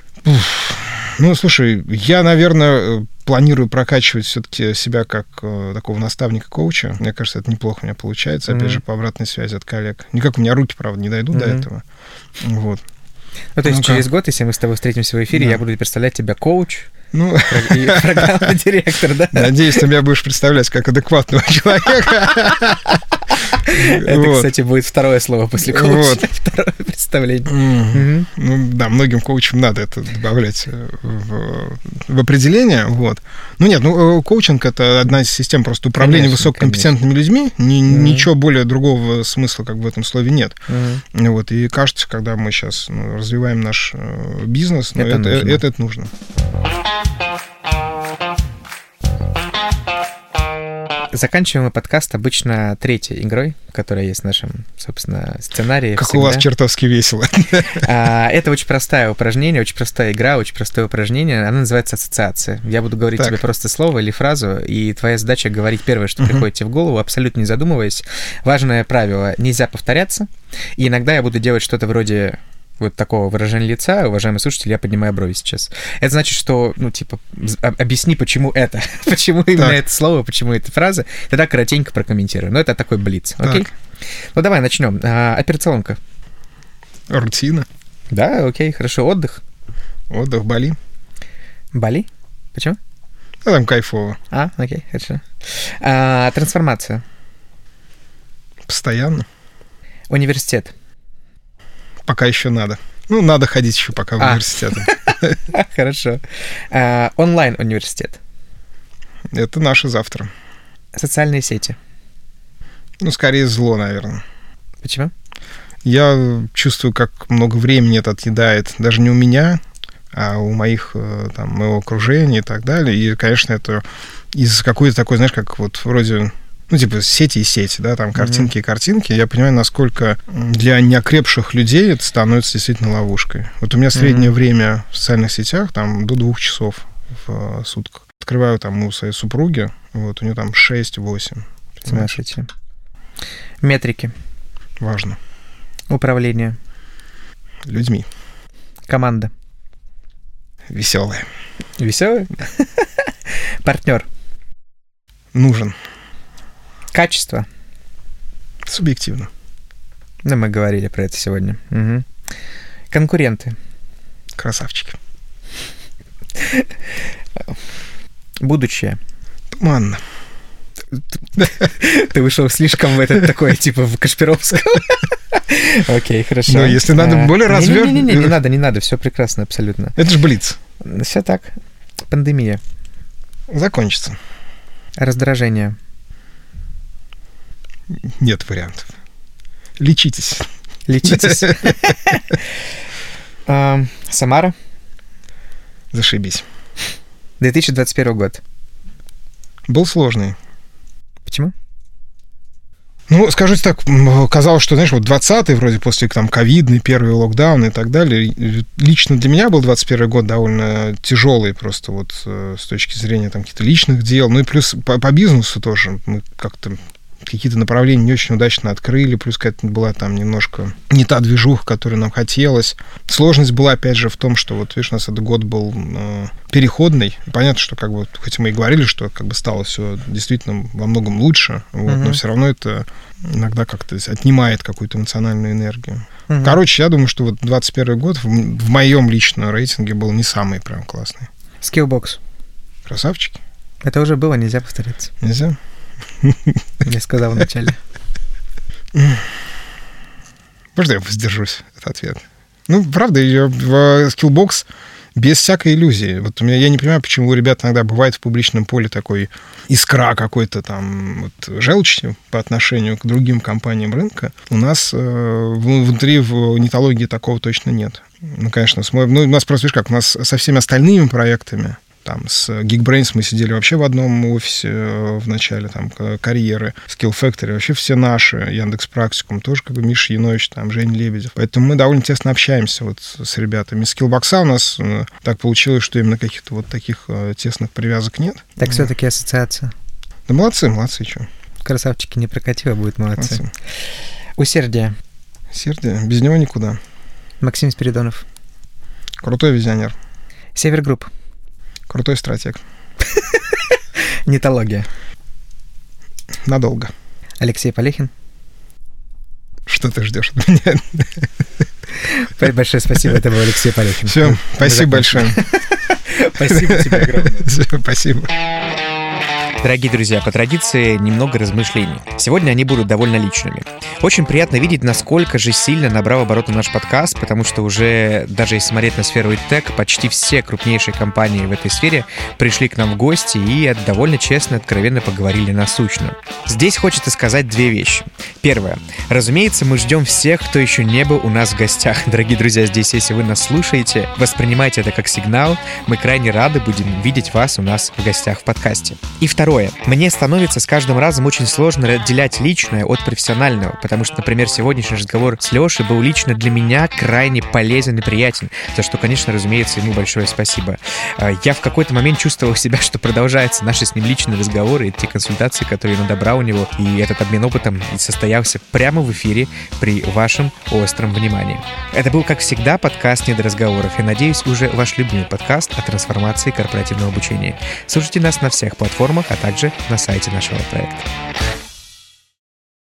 Speaker 2: Ну, слушай, я, наверное, планирую прокачивать все-таки себя как э, такого наставника-коуча. Мне кажется, это неплохо у меня получается, mm-hmm. опять же, по обратной связи от коллег. Никак у меня руки, правда, не дойдут mm-hmm. до этого. Вот.
Speaker 1: Ну, то есть ну, через год, если мы с тобой встретимся в эфире, да. я буду представлять тебя коуч,
Speaker 2: ну,
Speaker 1: и программный директор, да?
Speaker 2: Надеюсь, ты меня будешь представлять как адекватного человека.
Speaker 1: Это, вот. Кстати, будет второе слово после коуча. Вот. Второе представление.
Speaker 2: Mm. Угу. Ну да, многим коучам надо это добавлять в, в определение. Вот. Ну нет, ну коучинг — это одна из систем просто управления конечно, высококомпетентными конечно. людьми. Ни, mm. Ничего более другого смысла как бы в этом слове нет. Mm. Вот. И кажется, когда мы сейчас ну, развиваем наш бизнес, ну, это, это, нужно. это, это нужно.
Speaker 1: Заканчиваем мы подкаст обычно третьей игрой, которая есть в нашем, собственно, сценарии.
Speaker 2: Как всегда. У вас чертовски весело.
Speaker 1: Это очень простое упражнение, очень простая игра, очень простое упражнение. Она называется ассоциация. Я буду говорить так. тебе просто слово или фразу, и твоя задача говорить первое, что uh-huh. приходит тебе в голову, абсолютно не задумываясь. Важное правило — нельзя повторяться. И иногда я буду делать что-то вроде... вот такого выражения лица, уважаемые слушатели, я поднимаю брови сейчас. Это значит, что, ну, типа, объясни, почему это, почему именно так. это слово, почему эта фраза, тогда коротенько прокомментирую. Но это такой блиц, окей? Так. Ну, давай начнем. А, операционка.
Speaker 2: Рутина.
Speaker 1: Да, окей, хорошо. Отдых.
Speaker 2: Отдых, Бали.
Speaker 1: Бали? Почему?
Speaker 2: Ну, там кайфово.
Speaker 1: А, окей, хорошо. А, трансформация.
Speaker 2: Постоянно.
Speaker 1: Университет.
Speaker 2: Пока еще надо. Ну, надо ходить еще пока в
Speaker 1: а.
Speaker 2: университет.
Speaker 1: Хорошо. А, онлайн-университет.
Speaker 2: Это наше завтра.
Speaker 1: Социальные сети.
Speaker 2: Ну, скорее зло, наверное.
Speaker 1: Почему?
Speaker 2: Я чувствую, как много времени это отъедает. Даже не у меня, а у моих, там, моего окружения и так далее. И, конечно, это из какой-то такой, знаешь, как вот вроде... ну, типа, сети и сети, да, там картинки mm-hmm. и картинки. Я понимаю, насколько для неокрепших людей это становится действительно ловушкой. Вот у меня среднее mm-hmm. время в социальных сетях там до двух часов в сутках. Открываю там у своей супруги, вот, у нее там шесть-восемь.
Speaker 1: Смотрите. Метрики.
Speaker 2: Важно.
Speaker 1: Управление.
Speaker 2: Людьми.
Speaker 1: Команда.
Speaker 2: Веселая.
Speaker 1: Веселая? Партнер.
Speaker 2: Нужен.
Speaker 1: Качество.
Speaker 2: Субъективно.
Speaker 1: Ну, мы говорили про это сегодня. Угу. Конкуренты.
Speaker 2: Красавчики.
Speaker 1: Будущее.
Speaker 2: Туманно.
Speaker 1: Ты вышел слишком в этот такой, типа, в Кашпировском. Окей, хорошо.
Speaker 2: Но если надо более развернуто...
Speaker 1: Не-не-не, не надо, не надо, все прекрасно абсолютно.
Speaker 2: Это же блиц.
Speaker 1: Все так. Пандемия.
Speaker 2: Закончится.
Speaker 1: Раздражение.
Speaker 2: Нет вариантов. Лечитесь.
Speaker 1: Лечитесь. Самара.
Speaker 2: Зашибись.
Speaker 1: две тысячи двадцать первый год.
Speaker 2: Был сложный.
Speaker 1: Почему?
Speaker 2: Ну, скажу так, казалось, что, знаешь, вот двадцатый, вроде после там ковидный, первый локдаун и так далее, лично для меня был двадцать первый год довольно тяжелый просто вот с точки зрения там каких-то личных дел, ну и плюс по, по бизнесу тоже мы как-то какие-то направления не очень удачно открыли, плюс какая-то была там немножко не та движуха, которую нам хотелось. Сложность была, опять же, в том, что вот, видишь, у нас этот год был э, переходный. Понятно, что как бы, хоть мы и говорили, что как бы стало все действительно во многом лучше, вот, uh-huh. но все равно это иногда как-то отнимает какую-то эмоциональную энергию. Uh-huh. Короче, я думаю, что вот двадцать первый год в, в моем личном рейтинге был не самый прям классный.
Speaker 1: Skillbox.
Speaker 2: Красавчики.
Speaker 1: Это уже было, нельзя повториться.
Speaker 2: Нельзя?
Speaker 1: Я сказал вначале.
Speaker 2: Можно я воздержусь от ответа? Ну, правда, ее в Skillbox без всякой иллюзии. Вот у меня, я не понимаю, почему у ребят иногда бывает в публичном поле такой искра какой-то там вот, желчи по отношению к другим компаниям рынка. У нас э, внутри в нетологии такого точно нет. Ну, конечно, с, ну, у нас просто, видишь, как у нас со всеми остальными проектами, там, с Geekbrains мы сидели вообще в одном офисе в начале там, карьеры, Skill Factory, вообще все наши, Яндекс.Практикум, тоже как бы Миша Янович, там, Женя Лебедев. Поэтому мы довольно тесно общаемся вот с ребятами. Skillbox у нас так получилось, что именно каких-то вот таких тесных привязок нет.
Speaker 1: Так все-таки ассоциация.
Speaker 2: Да молодцы, молодцы, что.
Speaker 1: Красавчики, не прокатило, будет молодцы. молодцы. Усердие.
Speaker 2: Усердие, без него никуда.
Speaker 1: Максим Спиридонов.
Speaker 2: Крутой визионер.
Speaker 1: Север Групп.
Speaker 2: Крутой стратег.
Speaker 1: Нетология.
Speaker 2: Надолго.
Speaker 1: Алексей Полехин.
Speaker 2: Что ты ждешь от меня?
Speaker 1: Большое спасибо, это был Алексей Полехин.
Speaker 2: Все, спасибо большое.
Speaker 1: Спасибо тебе огромное.
Speaker 2: Спасибо.
Speaker 1: Дорогие друзья, по традиции немного размышлений. Сегодня они будут довольно личными. Очень приятно видеть, насколько же сильно набрал обороты наш подкаст, потому что уже, даже если смотреть на сферу ИТ-Тек, почти все крупнейшие компании в этой сфере пришли к нам в гости и довольно честно, откровенно поговорили насущно. Здесь хочется сказать две вещи. Первое. Разумеется, мы ждем всех, кто еще не был у нас в гостях. Дорогие друзья, здесь, если вы нас слушаете, воспринимайте это как сигнал. Мы крайне рады будем видеть вас у нас в гостях в подкасте. И второе. Мне становится с каждым разом очень сложно разделять личное от профессионального, потому что, например, сегодняшний разговор с Лешей был лично для меня крайне полезен и приятен, за что, конечно, разумеется, ему большое спасибо. Я в какой-то момент чувствовал себя, что продолжаются наши с ним личные разговоры и те консультации, которые я надобрал у него, и этот обмен опытом состоялся прямо в эфире при вашем остром внимании. Это был, как всегда, подкаст «Не до разговоров», и, надеюсь, уже ваш любимый подкаст о трансформации корпоративного обучения. Слушайте нас на всех платформах, а также на сайте нашего проекта.